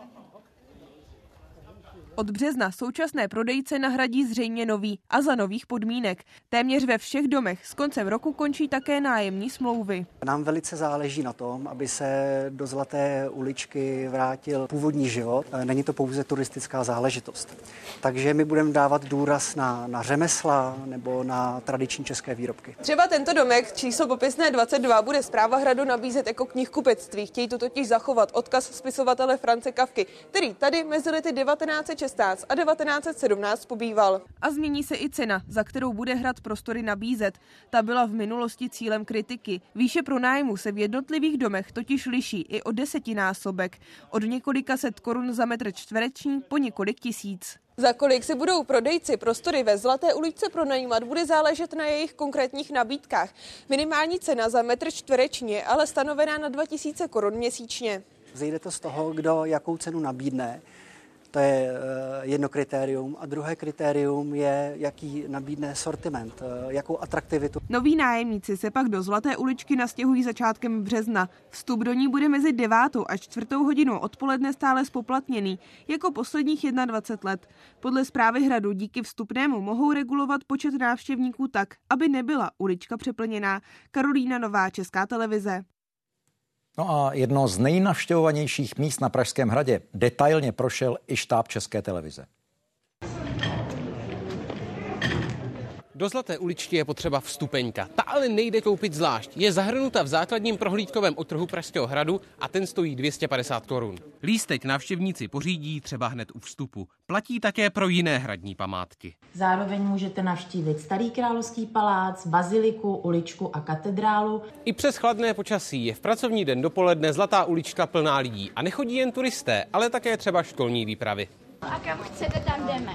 Od března současné prodejce nahradí zřejmě nový a za nových podmínek. Téměř ve všech domech s koncem roku končí také nájemní smlouvy. Nám velice záleží na tom, aby se do Zlaté uličky vrátil původní život. Není to pouze turistická záležitost. Takže my budeme dávat důraz na, na řemesla nebo na tradiční české výrobky. Třeba tento domek číslo popisné dvacet dva bude správa hradu nabízet jako knihkupectví. Chtějí tu totiž zachovat odkaz spisovatele France Kafky, který tady mezi lety devatenáct set šestnáct a devatenáct set sedmnáct pobýval. A změní se i cena, za kterou bude hrad prostory nabízet. Ta byla v minulosti cílem kritiky. Výše pronájmu se v jednotlivých domech totiž liší i o desetinásobek. Od několika set korun za metr čtvereční po několik tisíc. Za kolik si budou prodejci prostory ve Zlaté uličce pronajímat, bude záležet na jejich konkrétních nabídkách. Minimální cena za metr čtvereční je ale stanovená na dva tisíce korun měsíčně. Zejde to z toho, kdo jakou cenu nabídne. To je jedno kritérium. A druhé kritérium je, jaký nabídne sortiment, jakou atraktivitu. Noví nájemníci se pak do Zlaté uličky nastěhují začátkem března. Vstup do ní bude mezi devátou a čtvrtou hodinou odpoledne stále spoplatněný, jako posledních dvacet jedna let. Podle správy hradu díky vstupnému mohou regulovat počet návštěvníků tak, aby nebyla ulička přeplněná. Karolína Nová, Česká televize. No a jedno z nejnavštěvovanějších míst na Pražském hradě detailně prošel i štáb České televize. Do Zlaté uličky je potřeba vstupenka. Ta ale nejde koupit zvlášť. Je zahrnuta v základním prohlídkovém okruhu Pražského hradu a ten stojí dvě stě padesát korun. Lístek návštěvníci pořídí třeba hned u vstupu. Platí také pro jiné hradní památky. Zároveň můžete navštívit Starý královský palác, baziliku, uličku a katedrálu. I přes chladné počasí je v pracovní den dopoledne Zlatá ulička plná lidí. A nechodí jen turisté, ale také třeba školní výpravy. A kam chcete, tam jdeme.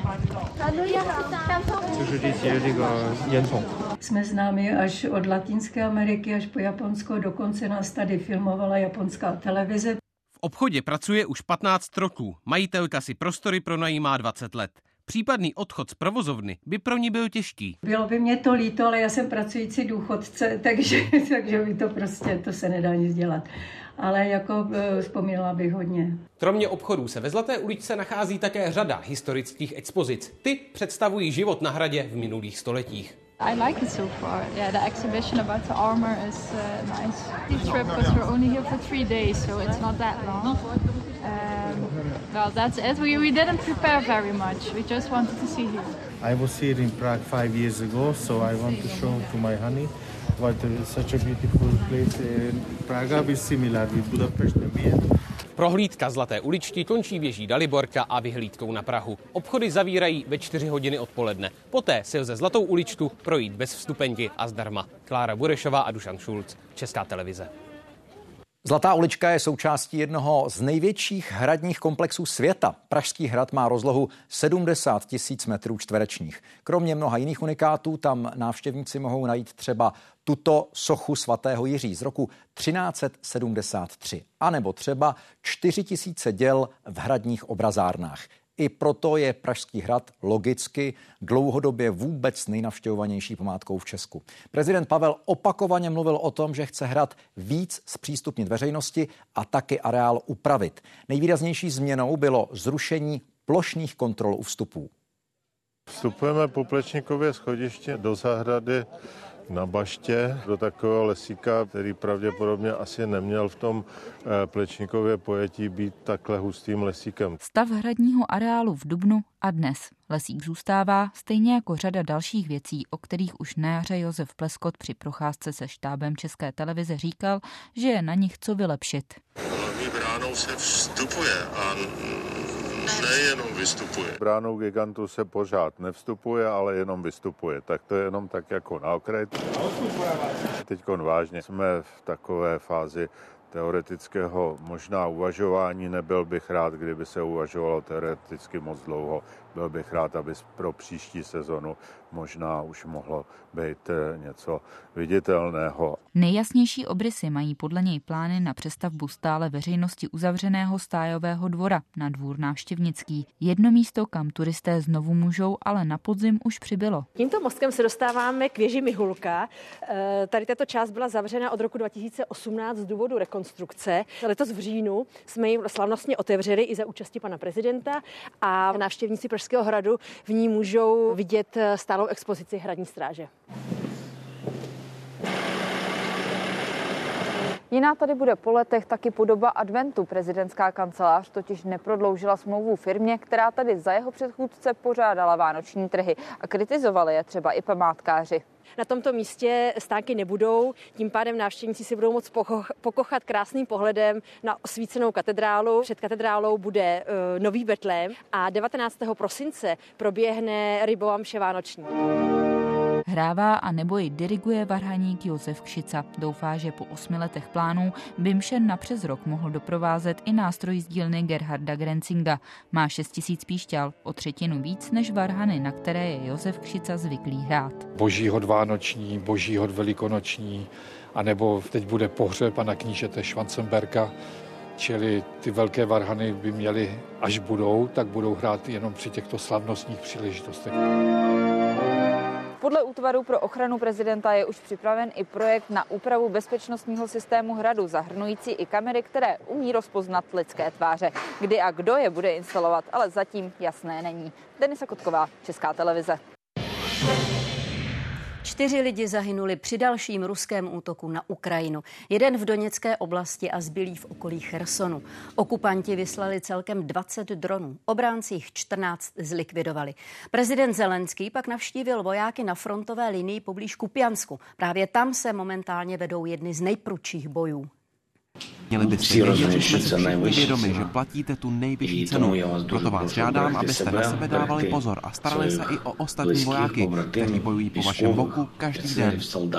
Jsme známi až od Latinské Ameriky až po Japonsko, dokonce nás tady filmovala japonská televize. V obchodě pracuje už patnáct roků, majitelka si prostory pronajímá dvacet let. Případný odchod z provozovny by pro ní byl těžký. Bylo by mě to líto, ale já jsem pracující důchodce, takže, takže by to prostě, to se nedá nic dělat. Ale jako e, vzpomínala bych hodně. Kromě obchodů se ve Zlaté uličce nachází také řada historických expozic. Ty představují život na hradě v minulých stoletích. I like it so far. Yeah, the exhibition about the armor is uh, nice. This trip because we're only here for three days, so it's not that long. Um, well, that's it. We, we didn't prepare very much. We just wanted to see here. I was here in Prague five years ago, so I want to show to my honey what such a beautiful place. Praga is similar with Budapest. Prohlídka Zlaté uličky končí věží Daliborka a vyhlídkou na Prahu. Obchody zavírají ve čtyři hodiny odpoledne. Poté si lze Zlatou uličku projít bez vstupenky a zdarma. Klára Burešová a Dušan Šulc, Česká televize. Zlatá ulička je součástí jednoho z největších hradních komplexů světa. Pražský hrad má rozlohu sedmdesát tisíc metrů čtverečních. Kromě mnoha jiných unikátů tam návštěvníci mohou najít třeba tuto sochu svatého Jiří z roku třináct set sedmdesát tři, anebo třeba čtyři tisíce děl v hradních obrazárnách. I proto je Pražský hrad logicky dlouhodobě vůbec nejnavštěvovanější památkou v Česku. Prezident Pavel opakovaně mluvil o tom, že chce hrad víc zpřístupnit veřejnosti a taky areál upravit. Nejvýraznější změnou bylo zrušení plošných kontrol u vstupů. Vstupujeme po Plečnikově schodiště do zahrady na baště, do takového lesíka, který pravděpodobně asi neměl v tom Plečnikově pojetí být takhle hustým lesíkem. Stav hradního areálu v dubnu a dnes. Lesík zůstává, stejně jako řada dalších věcí, o kterých už na jaře Josef Pleskot při procházce se štábem České televize říkal, že je na nich co vylepšit. Hlavní bránou se vstupuje a nejenom vystupuje. Bránou gigantu se pořád nevstupuje, ale jenom vystupuje. Tak to je jenom tak jako na okraj. Teďkon vážně jsme v takové fázi teoretického možná uvažování. Nebyl bych rád, kdyby se uvažovalo teoreticky moc dlouho. Byl bych rád, aby pro příští sezonu možná už mohlo být něco viditelného. Nejjasnější obrysy mají podle něj plány na přestavbu stále veřejnosti uzavřeného stájového dvora na dvůr návštěvnický. Jedno místo, kam turisté znovu můžou, ale na podzim už přibylo. Tímto mostkem se dostáváme k věži Mihulka. Tady tato část byla zavřena od roku dva tisíce osmnáct z důvodu rekonstrukce. Letos v říjnu jsme ji slavnostně otevřeli i za účasti pana prezidenta a návštěvníci Pražského hradu v ní můžou vidět stálou expozici hradní stráže. Jiná tady bude po letech taky podoba adventu. Prezidentská kancelář totiž neprodloužila smlouvu firmě, která tady za jeho předchůdce pořádala vánoční trhy a kritizovali je třeba i památkáři. Na tomto místě stánky nebudou, tím pádem návštěvníci si budou moct pokochat krásným pohledem na osvícenou katedrálu. Před katedrálou bude uh, nový betlém a devatenáctého prosince proběhne rybová mše vánoční. Hrává a nebo ji diriguje varhaník Josef Kšica. Doufá, že po osmi letech plánů by mše na přes rok mohl doprovázet i nástroj z dílny Gerharda Grenzinga. Má šest tisíc píšťal, o třetinu víc než varhany, na které je Josef Kšica zvyklý hrát. Boží hod vánoční, boží hod velikonoční, anebo teď bude pohřeb pana knížete Schwanzenberga, čili ty velké varhany by měly, až budou, tak budou hrát jenom při těchto slavnostních příležitostech. Podle útvaru pro ochranu prezidenta je už připraven i projekt na úpravu bezpečnostního systému hradu, zahrnující i kamery, které umí rozpoznat lidské tváře. Kdy a kdo je bude instalovat, ale zatím jasné není. Denisa Kotková, Česká televize. Čtyři lidi zahynuli při dalším ruském útoku na Ukrajinu. Jeden v Doněcké oblasti a zbylý v okolí Chersonu. Okupanti vyslali celkem dvacet dronů. Obránci jich čtrnáct zlikvidovali. Prezident Zelenský pak navštívil vojáky na frontové linii poblíž Kupiansku. Právě tam se momentálně vedou jedny z nejprudších bojů. Měli byste vědět, že jsme si všichni vědomi, že platíte tu nejvyšší cenu. Proto vás žádám, abyste na sebe dávali pozor a starali se i o ostatní vojáky, kteří bojují po vašem boku každý den.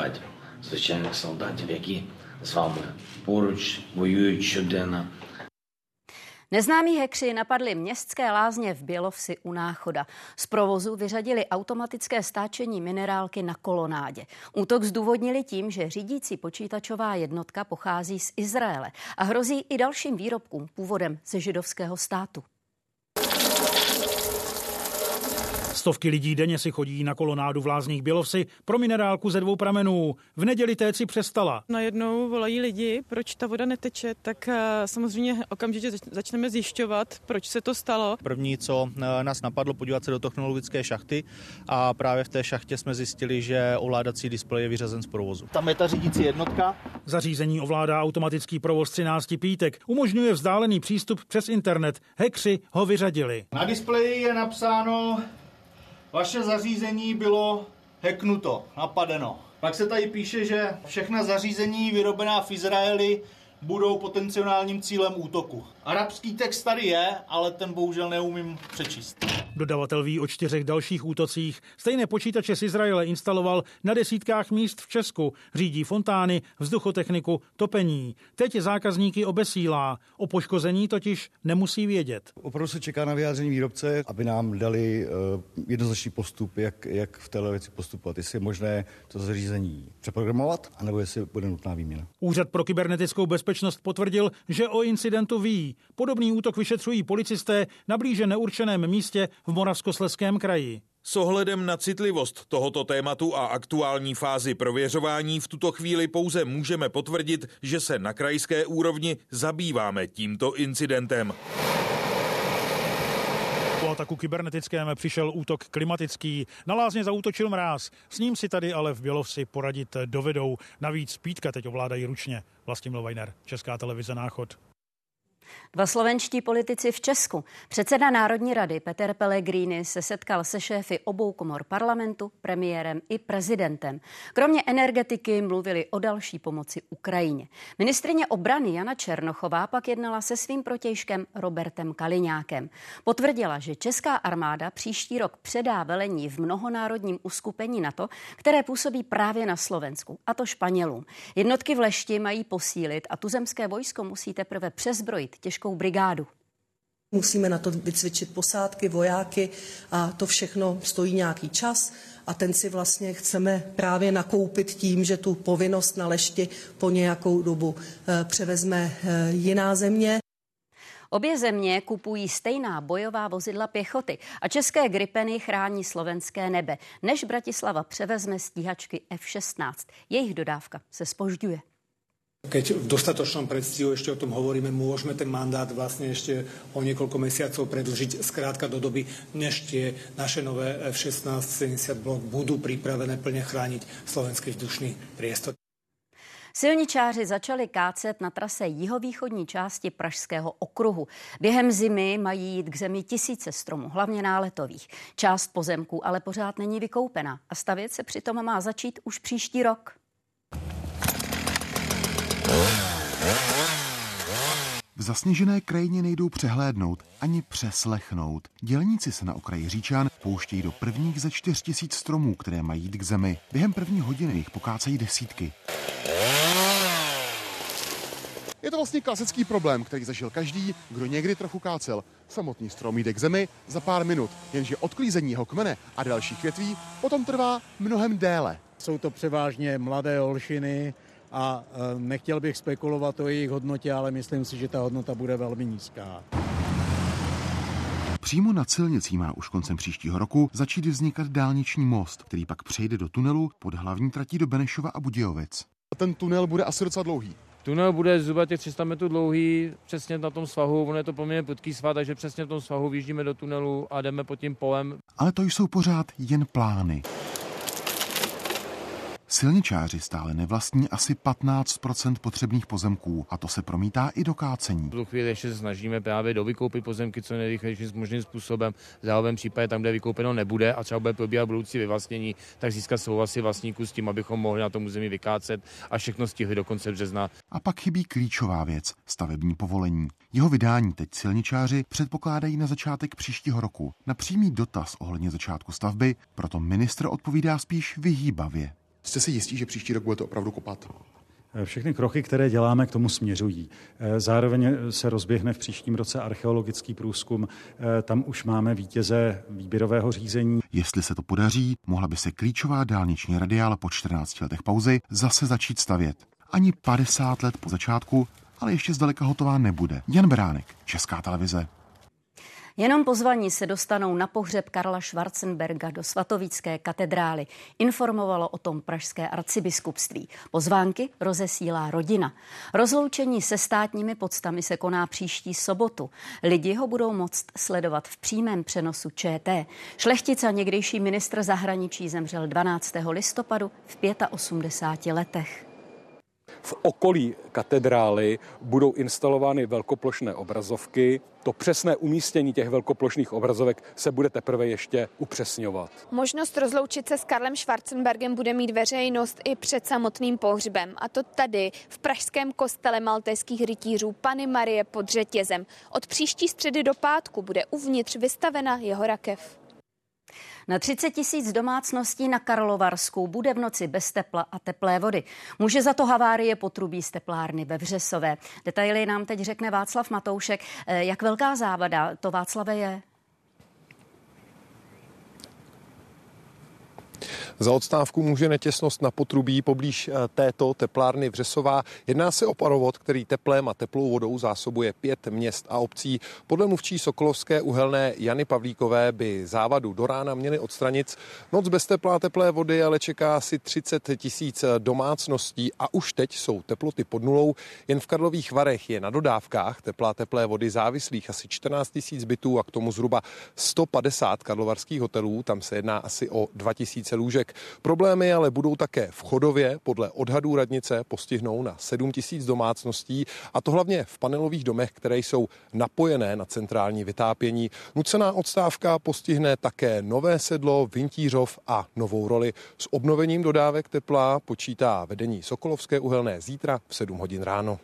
Neznámí hekři napadli městské lázně v Bělovsi u Náchoda. Z provozu vyřadili automatické stáčení minerálky na kolonádě. Útok zdůvodnili tím, že řídící počítačová jednotka pochází z Izraele a hrozí i dalším výrobkům původem ze židovského státu. Stovky lidí denně si chodí na kolonádu v lázních Bělovsi pro minerálku ze dvou pramenů. V neděli téci přestala. Najednou volají lidi, proč ta voda neteče, tak samozřejmě okamžitě začneme zjišťovat, proč se to stalo. První, co nás napadlo, podívat se do technologické šachty a právě v té šachtě jsme zjistili, že ovládací displej je vyřazen z provozu. Tam je ta řídící jednotka. Zařízení ovládá automatický provoz třinácti pítek, umožňuje vzdálený přístup přes internet. Hekři ho vyřadili. Na displeji je napsáno Vaše zařízení bylo hacknuto, napadeno. Pak se tady píše, že všechna zařízení vyrobená v Izraeli budou potenciálním cílem útoku. Arabský text tady je, ale ten bohužel neumím přečíst. Dodavatel ví o čtyřech dalších útocích. Stejné počítače z Izraele instaloval na desítkách míst v Česku. Řídí fontány, vzduchotechniku, topení. Teď zákazníky obesílá. O poškození totiž nemusí vědět. Opravdu se čeká na vyjádření výrobce, aby nám dali uh, jednoznačný postup, jak, jak v této věci postupovat. Jestli je možné to zařízení přeprogramovat, anebo jestli bude nutná výměna. Úřad pro kybernetickou bezpečnost potvrdil, že o incidentu ví. Podobný útok vyšetřují policisté na blíže neurčeném místě v Moravskoslezském kraji. S ohledem na citlivost tohoto tématu a aktuální fázi prověřování v tuto chvíli pouze můžeme potvrdit, že se na krajské úrovni zabýváme tímto incidentem. Po ataku kybernetickém přišel útok klimatický. Na Lázně zaútočil mráz. S ním si tady ale v Bělovsi poradit dovedou. Navíc pítka teď ovládají ručně. Vlastimil Vajner, Česká televize Náchod. Dva slovenští politici v Česku. Předseda Národní rady Peter Pellegrini se setkal se šéfy obou komor parlamentu, premiérem i prezidentem. Kromě energetiky mluvili o další pomoci Ukrajině. Ministryně obrany Jana Černochová pak jednala se svým protějškem Robertem Kaliňákem. Potvrdila, že česká armáda příští rok předá velení v mnohonárodním uskupení NATO, které působí právě na Slovensku, a to Španělům. Jednotky v Lešti mají posílit a tuzemské vojsko musí teprve přezbrojit těžkou brigádu. Musíme na to vycvičit posádky, vojáky a to všechno stojí nějaký čas a ten si vlastně chceme právě nakoupit tím, že tu povinnost na Lešti po nějakou dobu převezme jiná země. Obě země kupují stejná bojová vozidla pěchoty a české Gripeny chrání slovenské nebe, než Bratislava převezme stíhačky F šestnáct. Jejich dodávka se zpožďuje. Keď v dostatočnom predstihu ešte o tom hovoríme, môžeme ten mandát vlastne ešte o niekoľko mesiacov predĺžiť skrátka do doby, než tie naše nové F šestnáct sedemdesiat blok budú pripravené plne chrániť slovenský vzdušný priestor. Silničáři začali kácet na trase jihovýchodní části Pražského okruhu. Během zimy mají jít k zemi tisíce stromů, hlavně náletových. Část pozemků ale pořád není vykoupená a stavět se přitom má začít už příští rok. V zasněžené krajině nejdou přehlédnout ani přeslechnout. Dělníci se na okraji Říčan pouštějí do prvních ze čtyř tisíc stromů, které mají jít k zemi. Během první hodiny jich pokácejí desítky. Je to vlastně klasický problém, který zažil každý, kdo někdy trochu kácel. Samotný strom jde k zemi za pár minut, jenže odklízení jeho kmene a dalších větví potom trvá mnohem déle. Jsou to převážně mladé olšiny a nechtěl bych spekulovat o jejich hodnotě, ale myslím si, že ta hodnota bude velmi nízká. Přímo nad silnicí má už koncem příštího roku začít vznikat dálniční most, který pak přejde do tunelu pod hlavní tratí do Benešova a Budějovic. Ten tunel bude asi docela dlouhý. Tunel bude zhruba těch tři sta metrů dlouhý, přesně na tom svahu, ono je to poměrně prudký svah, takže přesně v tom svahu vyjíždíme do tunelu a jdeme pod tím polem. Ale to jsou pořád jen plány. Silničáři stále nevlastní asi patnáct procent potřebných pozemků a to se promítá i do kácení. V tu chvíli ještě se snažíme právě dovykoupit pozemky co nejrychlejším možným způsobem. V záhovém případě tam, kde vykoupeno nebude a třeba bude probíhat budoucí vyvlastnění, tak získat souhlasy vlastníků s tím, abychom mohli na tom území vykácet a všechno stihli do konce března. A pak chybí klíčová věc, stavební povolení. Jeho vydání teď silničáři předpokládají na začátek příštího roku. Na přímý dotaz ohledně začátku stavby proto ministr odpovídá spíš vyhýbavě. Jste si jistí, že příští rok budete opravdu kopat? Všechny kroky, které děláme, k tomu směřují. Zároveň se rozběhne v příštím roce archeologický průzkum. Tam už máme vítěze výběrového řízení. Jestli se to podaří, mohla by se klíčová dálniční radiála po čtrnácti letech pauzy zase začít stavět. Ani padesát let po začátku, ale ještě zdaleka hotová nebude. Jan Beránek, Česká televize. Jenom pozvaní se dostanou na pohřeb Karla Schwarzenberga do svatovícké katedrály. Informovalo o tom pražské arcibiskupství. Pozvánky rozesílá rodina. Rozloučení se státními poctami se koná příští sobotu. Lidi ho budou moct sledovat v přímém přenosu ČT. Šlechtic a někdejší ministr zahraničí zemřel dvanáctého listopadu v osmdesáti pěti letech. v okolí katedrály budou instalovány velkoplošné obrazovky. To přesné umístění těch velkoplošných obrazovek se bude teprve ještě upřesňovat. Možnost rozloučit se s Karlem Schwarzenbergem bude mít veřejnost i před samotným pohřbem. A to tady, v pražském kostele maltéských rytířů Panny Marie pod Řetězem. Od příští středy do pátku bude uvnitř vystavena jeho rakev. Na třicet tisíc domácností na Karlovarsku bude v noci bez tepla a teplé vody. Může za to havárie potrubí z teplárny ve Vřesové. Detaily nám teď řekne Václav Matoušek. Jak velká závada to, Václave, je? Za odstávku může netěsnost na potrubí poblíž této teplárny Vřesová. Jedná se o parovod, který teplem a teplou vodou zásobuje pět měst a obcí. Podle mluvčí sokolovské uhelné Jany Pavlíkové by závadu do rána měly odstranit. Noc bez tepla a teplé vody ale čeká asi třicet tisíc domácností a už teď jsou teploty pod nulou. Jen v Karlových Varech je na dodávkách tepla a teplé vody závislých asi čtrnáct tisíc bytů a k tomu zhruba sto padesát karlovarských hotelů. Tam se jedná asi o dva tisíce lůžek. Problémy ale budou také v Chodově. Podle odhadů radnice postihnou na sedm tisíc domácností, a to hlavně v panelových domech, které jsou napojené na centrální vytápění. Nucená odstávka postihne také Nové Sedlo, Vintířov a Novou Roli. S obnovením dodávek tepla počítá vedení Sokolovské uhelné zítra v sedm hodin ráno.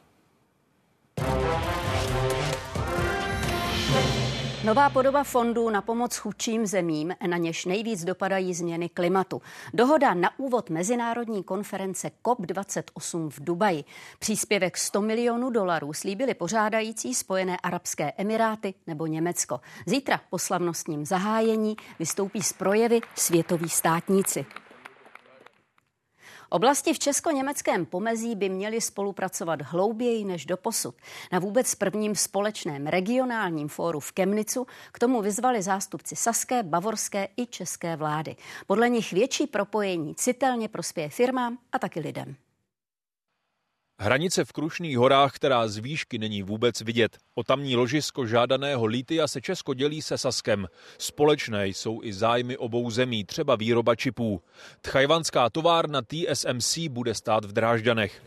Nová podoba fondů na pomoc chudším zemím, na něž nejvíc dopadají změny klimatu. Dohoda na úvod mezinárodní konference C O P dvacet osm v Dubaji. Příspěvek sto milionů dolarů slíbili pořádající Spojené arabské emiráty nebo Německo. Zítra po slavnostním zahájení vystoupí z projevy světoví státníci. Oblasti v česko-německém pomezí by měly spolupracovat hlouběji než doposud. Na vůbec prvním společném regionálním fóru v Chemnitzu k tomu vyzvali zástupci saské, bavorské i české vlády. Podle nich větší propojení citelně prospěje firmám a taky lidem. Hranice v Krušných horách, která z výšky není vůbec vidět. O tamní ložisko žádaného litia se Česko dělí se Saskem. Společné jsou i zájmy obou zemí, třeba výroba čipů. Tchajwanská továrna T S M C bude stát v Drážďanech.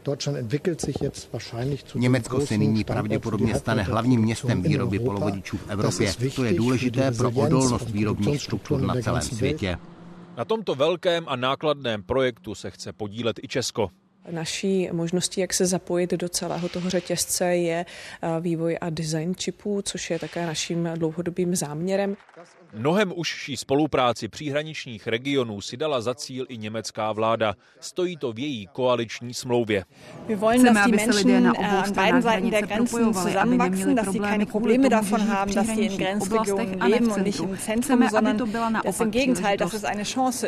Německo se nyní pravděpodobně stane hlavním městem výroby polovodičů v Evropě. To je důležité pro odolnost výrobních struktur na celém světě. Na tomto velkém a nákladném projektu se chce podílet i Česko. Naší možností, jak se zapojit do celého toho řetězce, je vývoj a design čipů, což je také naším dlouhodobým záměrem. Mnohem užší spolupráci příhraničních regionů si dala za cíl i německá vláda. Stojí to v její koaliční smlouvě. Chceme, aby se lidé na obou stranách hranice propojovali, aby neměli problémy kvůli tomu, že žijí v příhraničních oblastech a ne v centru. Chceme, aby to byla naopak příležitost.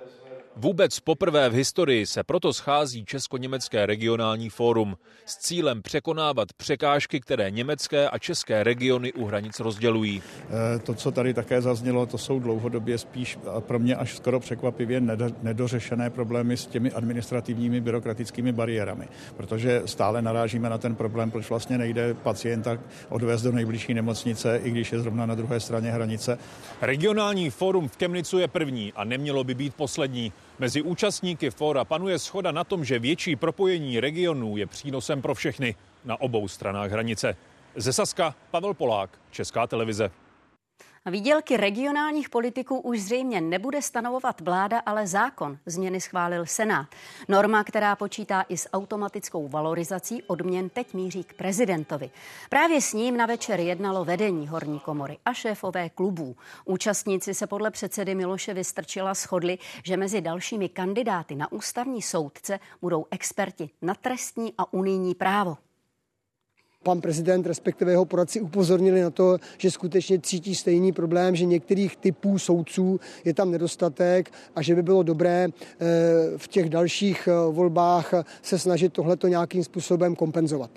Vůbec poprvé v historii se proto schází Česko-německé regionální fórum s cílem překonávat překážky, které německé a české regiony u hranic rozdělují. To, co tady také zaznělo, to jsou dlouhodobě spíš a pro mě až skoro překvapivě nedořešené problémy s těmi administrativními byrokratickými bariérami, protože stále narážíme na ten problém, proč vlastně nejde pacienta odvést do nejbližší nemocnice, i když je zrovna na druhé straně hranice. Regionální fórum v Chemnitzu je první a nemělo by být poslední. Mezi účastníky fóra panuje shoda na tom, že větší propojení regionů je přínosem pro všechny na obou stranách hranice. Ze Saska Pavel Polák, Česká televize. Výdělky regionálních politiků už zřejmě nebude stanovovat vláda, ale zákon. Změny schválil Senát. Norma, která počítá i s automatickou valorizací odměn, teď míří k prezidentovi. Právě s ním na večer jednalo vedení horní komory a šéfové klubů. Účastníci se podle předsedy Miloše Vystrčila shodli, že mezi dalšími kandidáty na ústavní soudce budou experti na trestní a unijní právo. Pan prezident, respektive jeho poradci, upozornili na to, že skutečně cítí stejný problém, že některých typů soudců je tam nedostatek a že by bylo dobré v těch dalších volbách se snažit tohleto nějakým způsobem kompenzovat.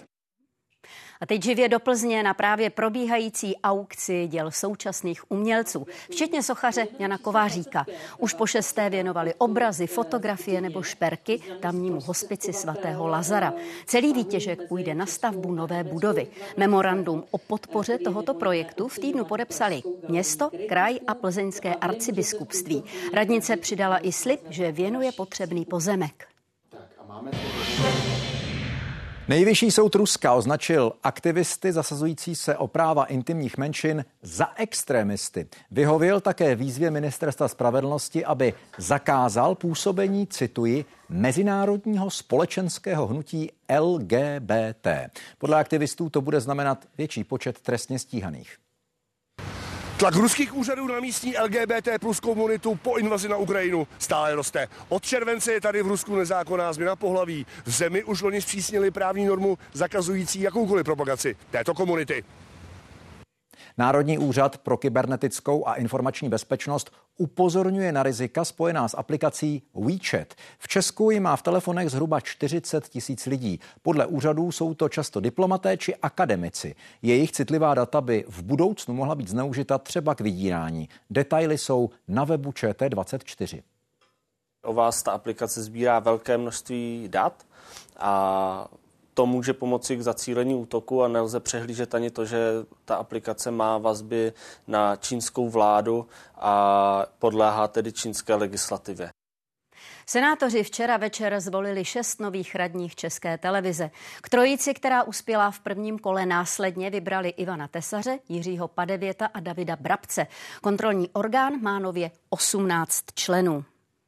A teď živě do Plzně na právě probíhající aukci děl současných umělců, včetně sochaře Jana Kováříka. Už po šesté věnovali obrazy, fotografie nebo šperky tamnímu hospici svatého Lazara. Celý výtěžek půjde na stavbu nové budovy. Memorandum o podpoře tohoto projektu v týdnu podepsali město, kraj a plzeňské arcibiskupství. Radnice přidala i slib, že věnuje potřebný pozemek. Tak a máme Nejvyšší soud Ruska označil aktivisty zasazující se o práva intimních menšin za extremisty. Vyhověl také výzvě Ministerstva spravedlnosti, aby zakázal působení, cituji, mezinárodního společenského hnutí L G B T. Podle aktivistů to bude znamenat větší počet trestně stíhaných. Tlak ruských úřadů na místní L G B T plus komunitu po invazi na Ukrajinu stále roste. Od července je tady v Rusku nezákonná změna pohlaví. V zemi už loni zpřísnili právní normu zakazující jakoukoliv propagaci této komunity. Národní úřad pro kybernetickou a informační bezpečnost upozorňuje na rizika spojená s aplikací WeChat. V Česku ji má v telefonech zhruba čtyřicet tisíc lidí. Podle úřadů jsou to často diplomaté či akademici. Jejich citlivá data by v budoucnu mohla být zneužita třeba k vydírání. Detaily jsou na webu Č T dvacet čtyři. O vás ta aplikace sbírá velké množství dat a to může pomoci k zacílení útoku a nelze přehlížet ani to, že ta aplikace má vazby na čínskou vládu a podléhá tedy čínské legislativě. Senátoři včera večer zvolili šest nových radních České televize. K trojici, která uspěla v prvním kole, následně vybrali Ivana Tesaře, Jiřího Padevěta a Davida Brabce. Kontrolní orgán má nově osmnáct členů.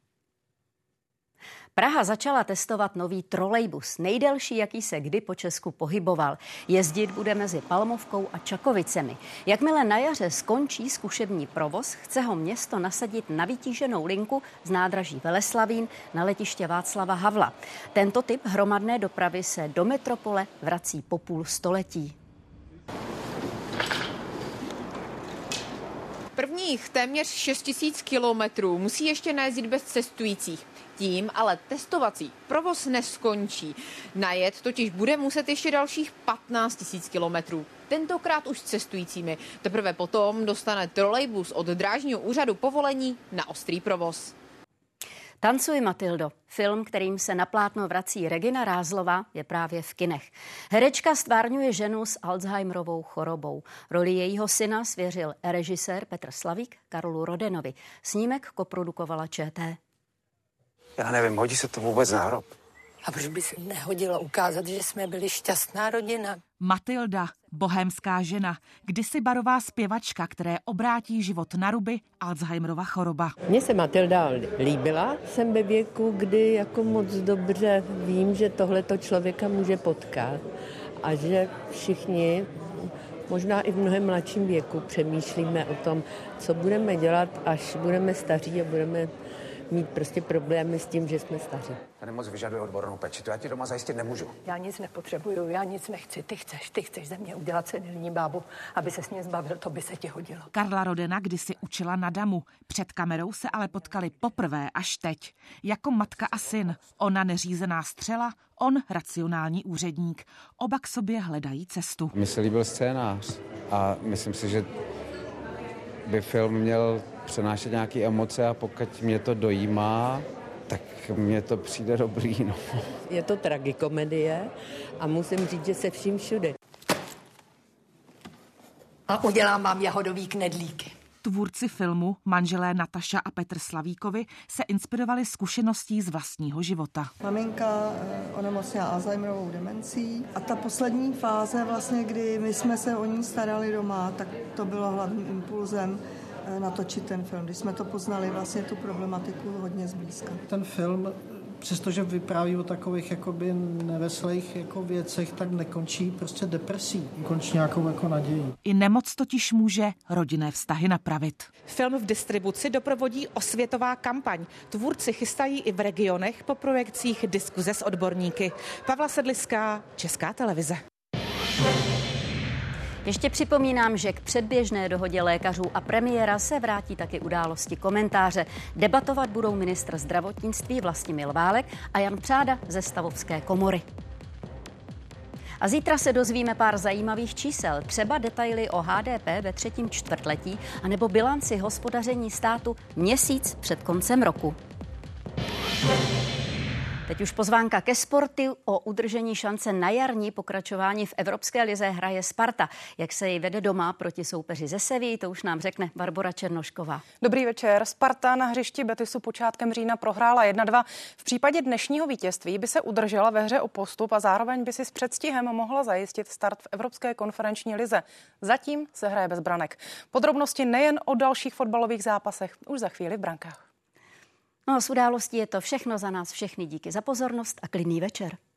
Praha začala testovat nový trolejbus, nejdelší, jaký se kdy po Česku pohyboval. Jezdit bude mezi Palmovkou a Čakovicemi. Jakmile na jaře skončí zkušební provoz, chce ho město nasadit na vytíženou linku z nádraží Veleslavín na letiště Václava Havla. Tento typ hromadné dopravy se do metropole vrací po půl století. Prvních téměř šest tisíc kilometrů musí ještě najezdit bez cestujících. Tím ale testovací provoz neskončí. Najet totiž bude muset ještě dalších patnáct tisíc kilometrů. Tentokrát už s cestujícími. Teprve potom dostane trolejbus od drážního úřadu povolení na ostrý provoz. Tancuj, Matildo. Film, kterým se na plátno vrací Regina Rázlová, je právě v kinech. Herečka stvárňuje ženu s Alzheimerovou chorobou. Roli jejího syna svěřil režisér Petr Slavík Karlu Rodenovi. Snímek koprodukovala Č T. Já nevím, hodí se to vůbec na hrob. A proč by se nehodilo ukázat, že jsme byli šťastná rodina? Matilda, bohémská žena, kdysi barová zpěvačka, které obrátí život na ruby Alzheimerova choroba. Mně se Matilda líbila, jsem ve věku, kdy jako moc dobře vím, že tohleto člověka může potkat a že všichni, možná i v mnohem mladším věku, přemýšlíme o tom, co budeme dělat, až budeme staří a budeme mít prostě problémy s tím, že jsme staří. Ta nemoc vyžaduje odbornou péči, to já ti doma zajistit nemůžu. Já nic nepotřebuju, já nic nechci, ty chceš, ty chceš ze mě udělat senilní bábu, aby se s ní zbavil, to by se ti hodilo. Karla Rodena kdysi učila na damu, před kamerou se ale potkali poprvé až teď. Jako matka a syn, ona neřízená střela, on racionální úředník. Oba k sobě hledají cestu. Mně se líbil scénář a myslím si, že by film měl přenášet nějaké emoce a pokud mě to dojímá, tak mně to přijde dobrý. No. Je to tragikomedie a musím říct, že se vším všude. A udělám vám jahodový knedlíky. Tvůrci filmu, manželé Nataša a Petr Slavíkovi, se inspirovali zkušeností z vlastního života. Maminka onemocněla Alzheimerovou demencí a ta poslední fáze, vlastně, kdy my jsme se o ní starali doma, tak to bylo hlavním impulzem natočit ten film, když jsme to poznali vlastně tu problematiku hodně zblízka. Ten film, přestože vypráví o takových jakoby neveselých jako věcech, tak nekončí prostě depresí, končí nějakou jako nadějí. I nemoc totiž může rodinné vztahy napravit. Film v distribuci doprovodí osvětová kampaň. Tvůrci chystají i v regionech po projekcích diskuze s odborníky. Pavla Sedliská, Česká televize. Ještě připomínám, že k předběžné dohodě lékařů a premiéra se vrátí taky události komentáře. Debatovat budou ministr zdravotnictví Vlastimil Válek a Jan Přáda ze Stavovské komory. A zítra se dozvíme pár zajímavých čísel, třeba detaily o H D P ve třetím čtvrtletí anebo bilanci hospodaření státu měsíc před koncem roku. Teď už pozvánka ke sporty. O udržení šance na jarní pokračování v Evropské lize hraje Sparta. Jak se jí vede doma proti soupeři ze Sevilly, to už nám řekne Barbora Černošková. Dobrý večer. Sparta na hřišti Betisu počátkem října prohrála jedna dva. V případě dnešního vítězství by se udržela ve hře o postup a zároveň by si s předstihem mohla zajistit start v Evropské konferenční lize. Zatím se hraje bez branek. Podrobnosti nejen o dalších fotbalových zápasech už za chvíli v brankách. No a s událostí je to všechno za nás všechny. Díky za pozornost a klidný večer.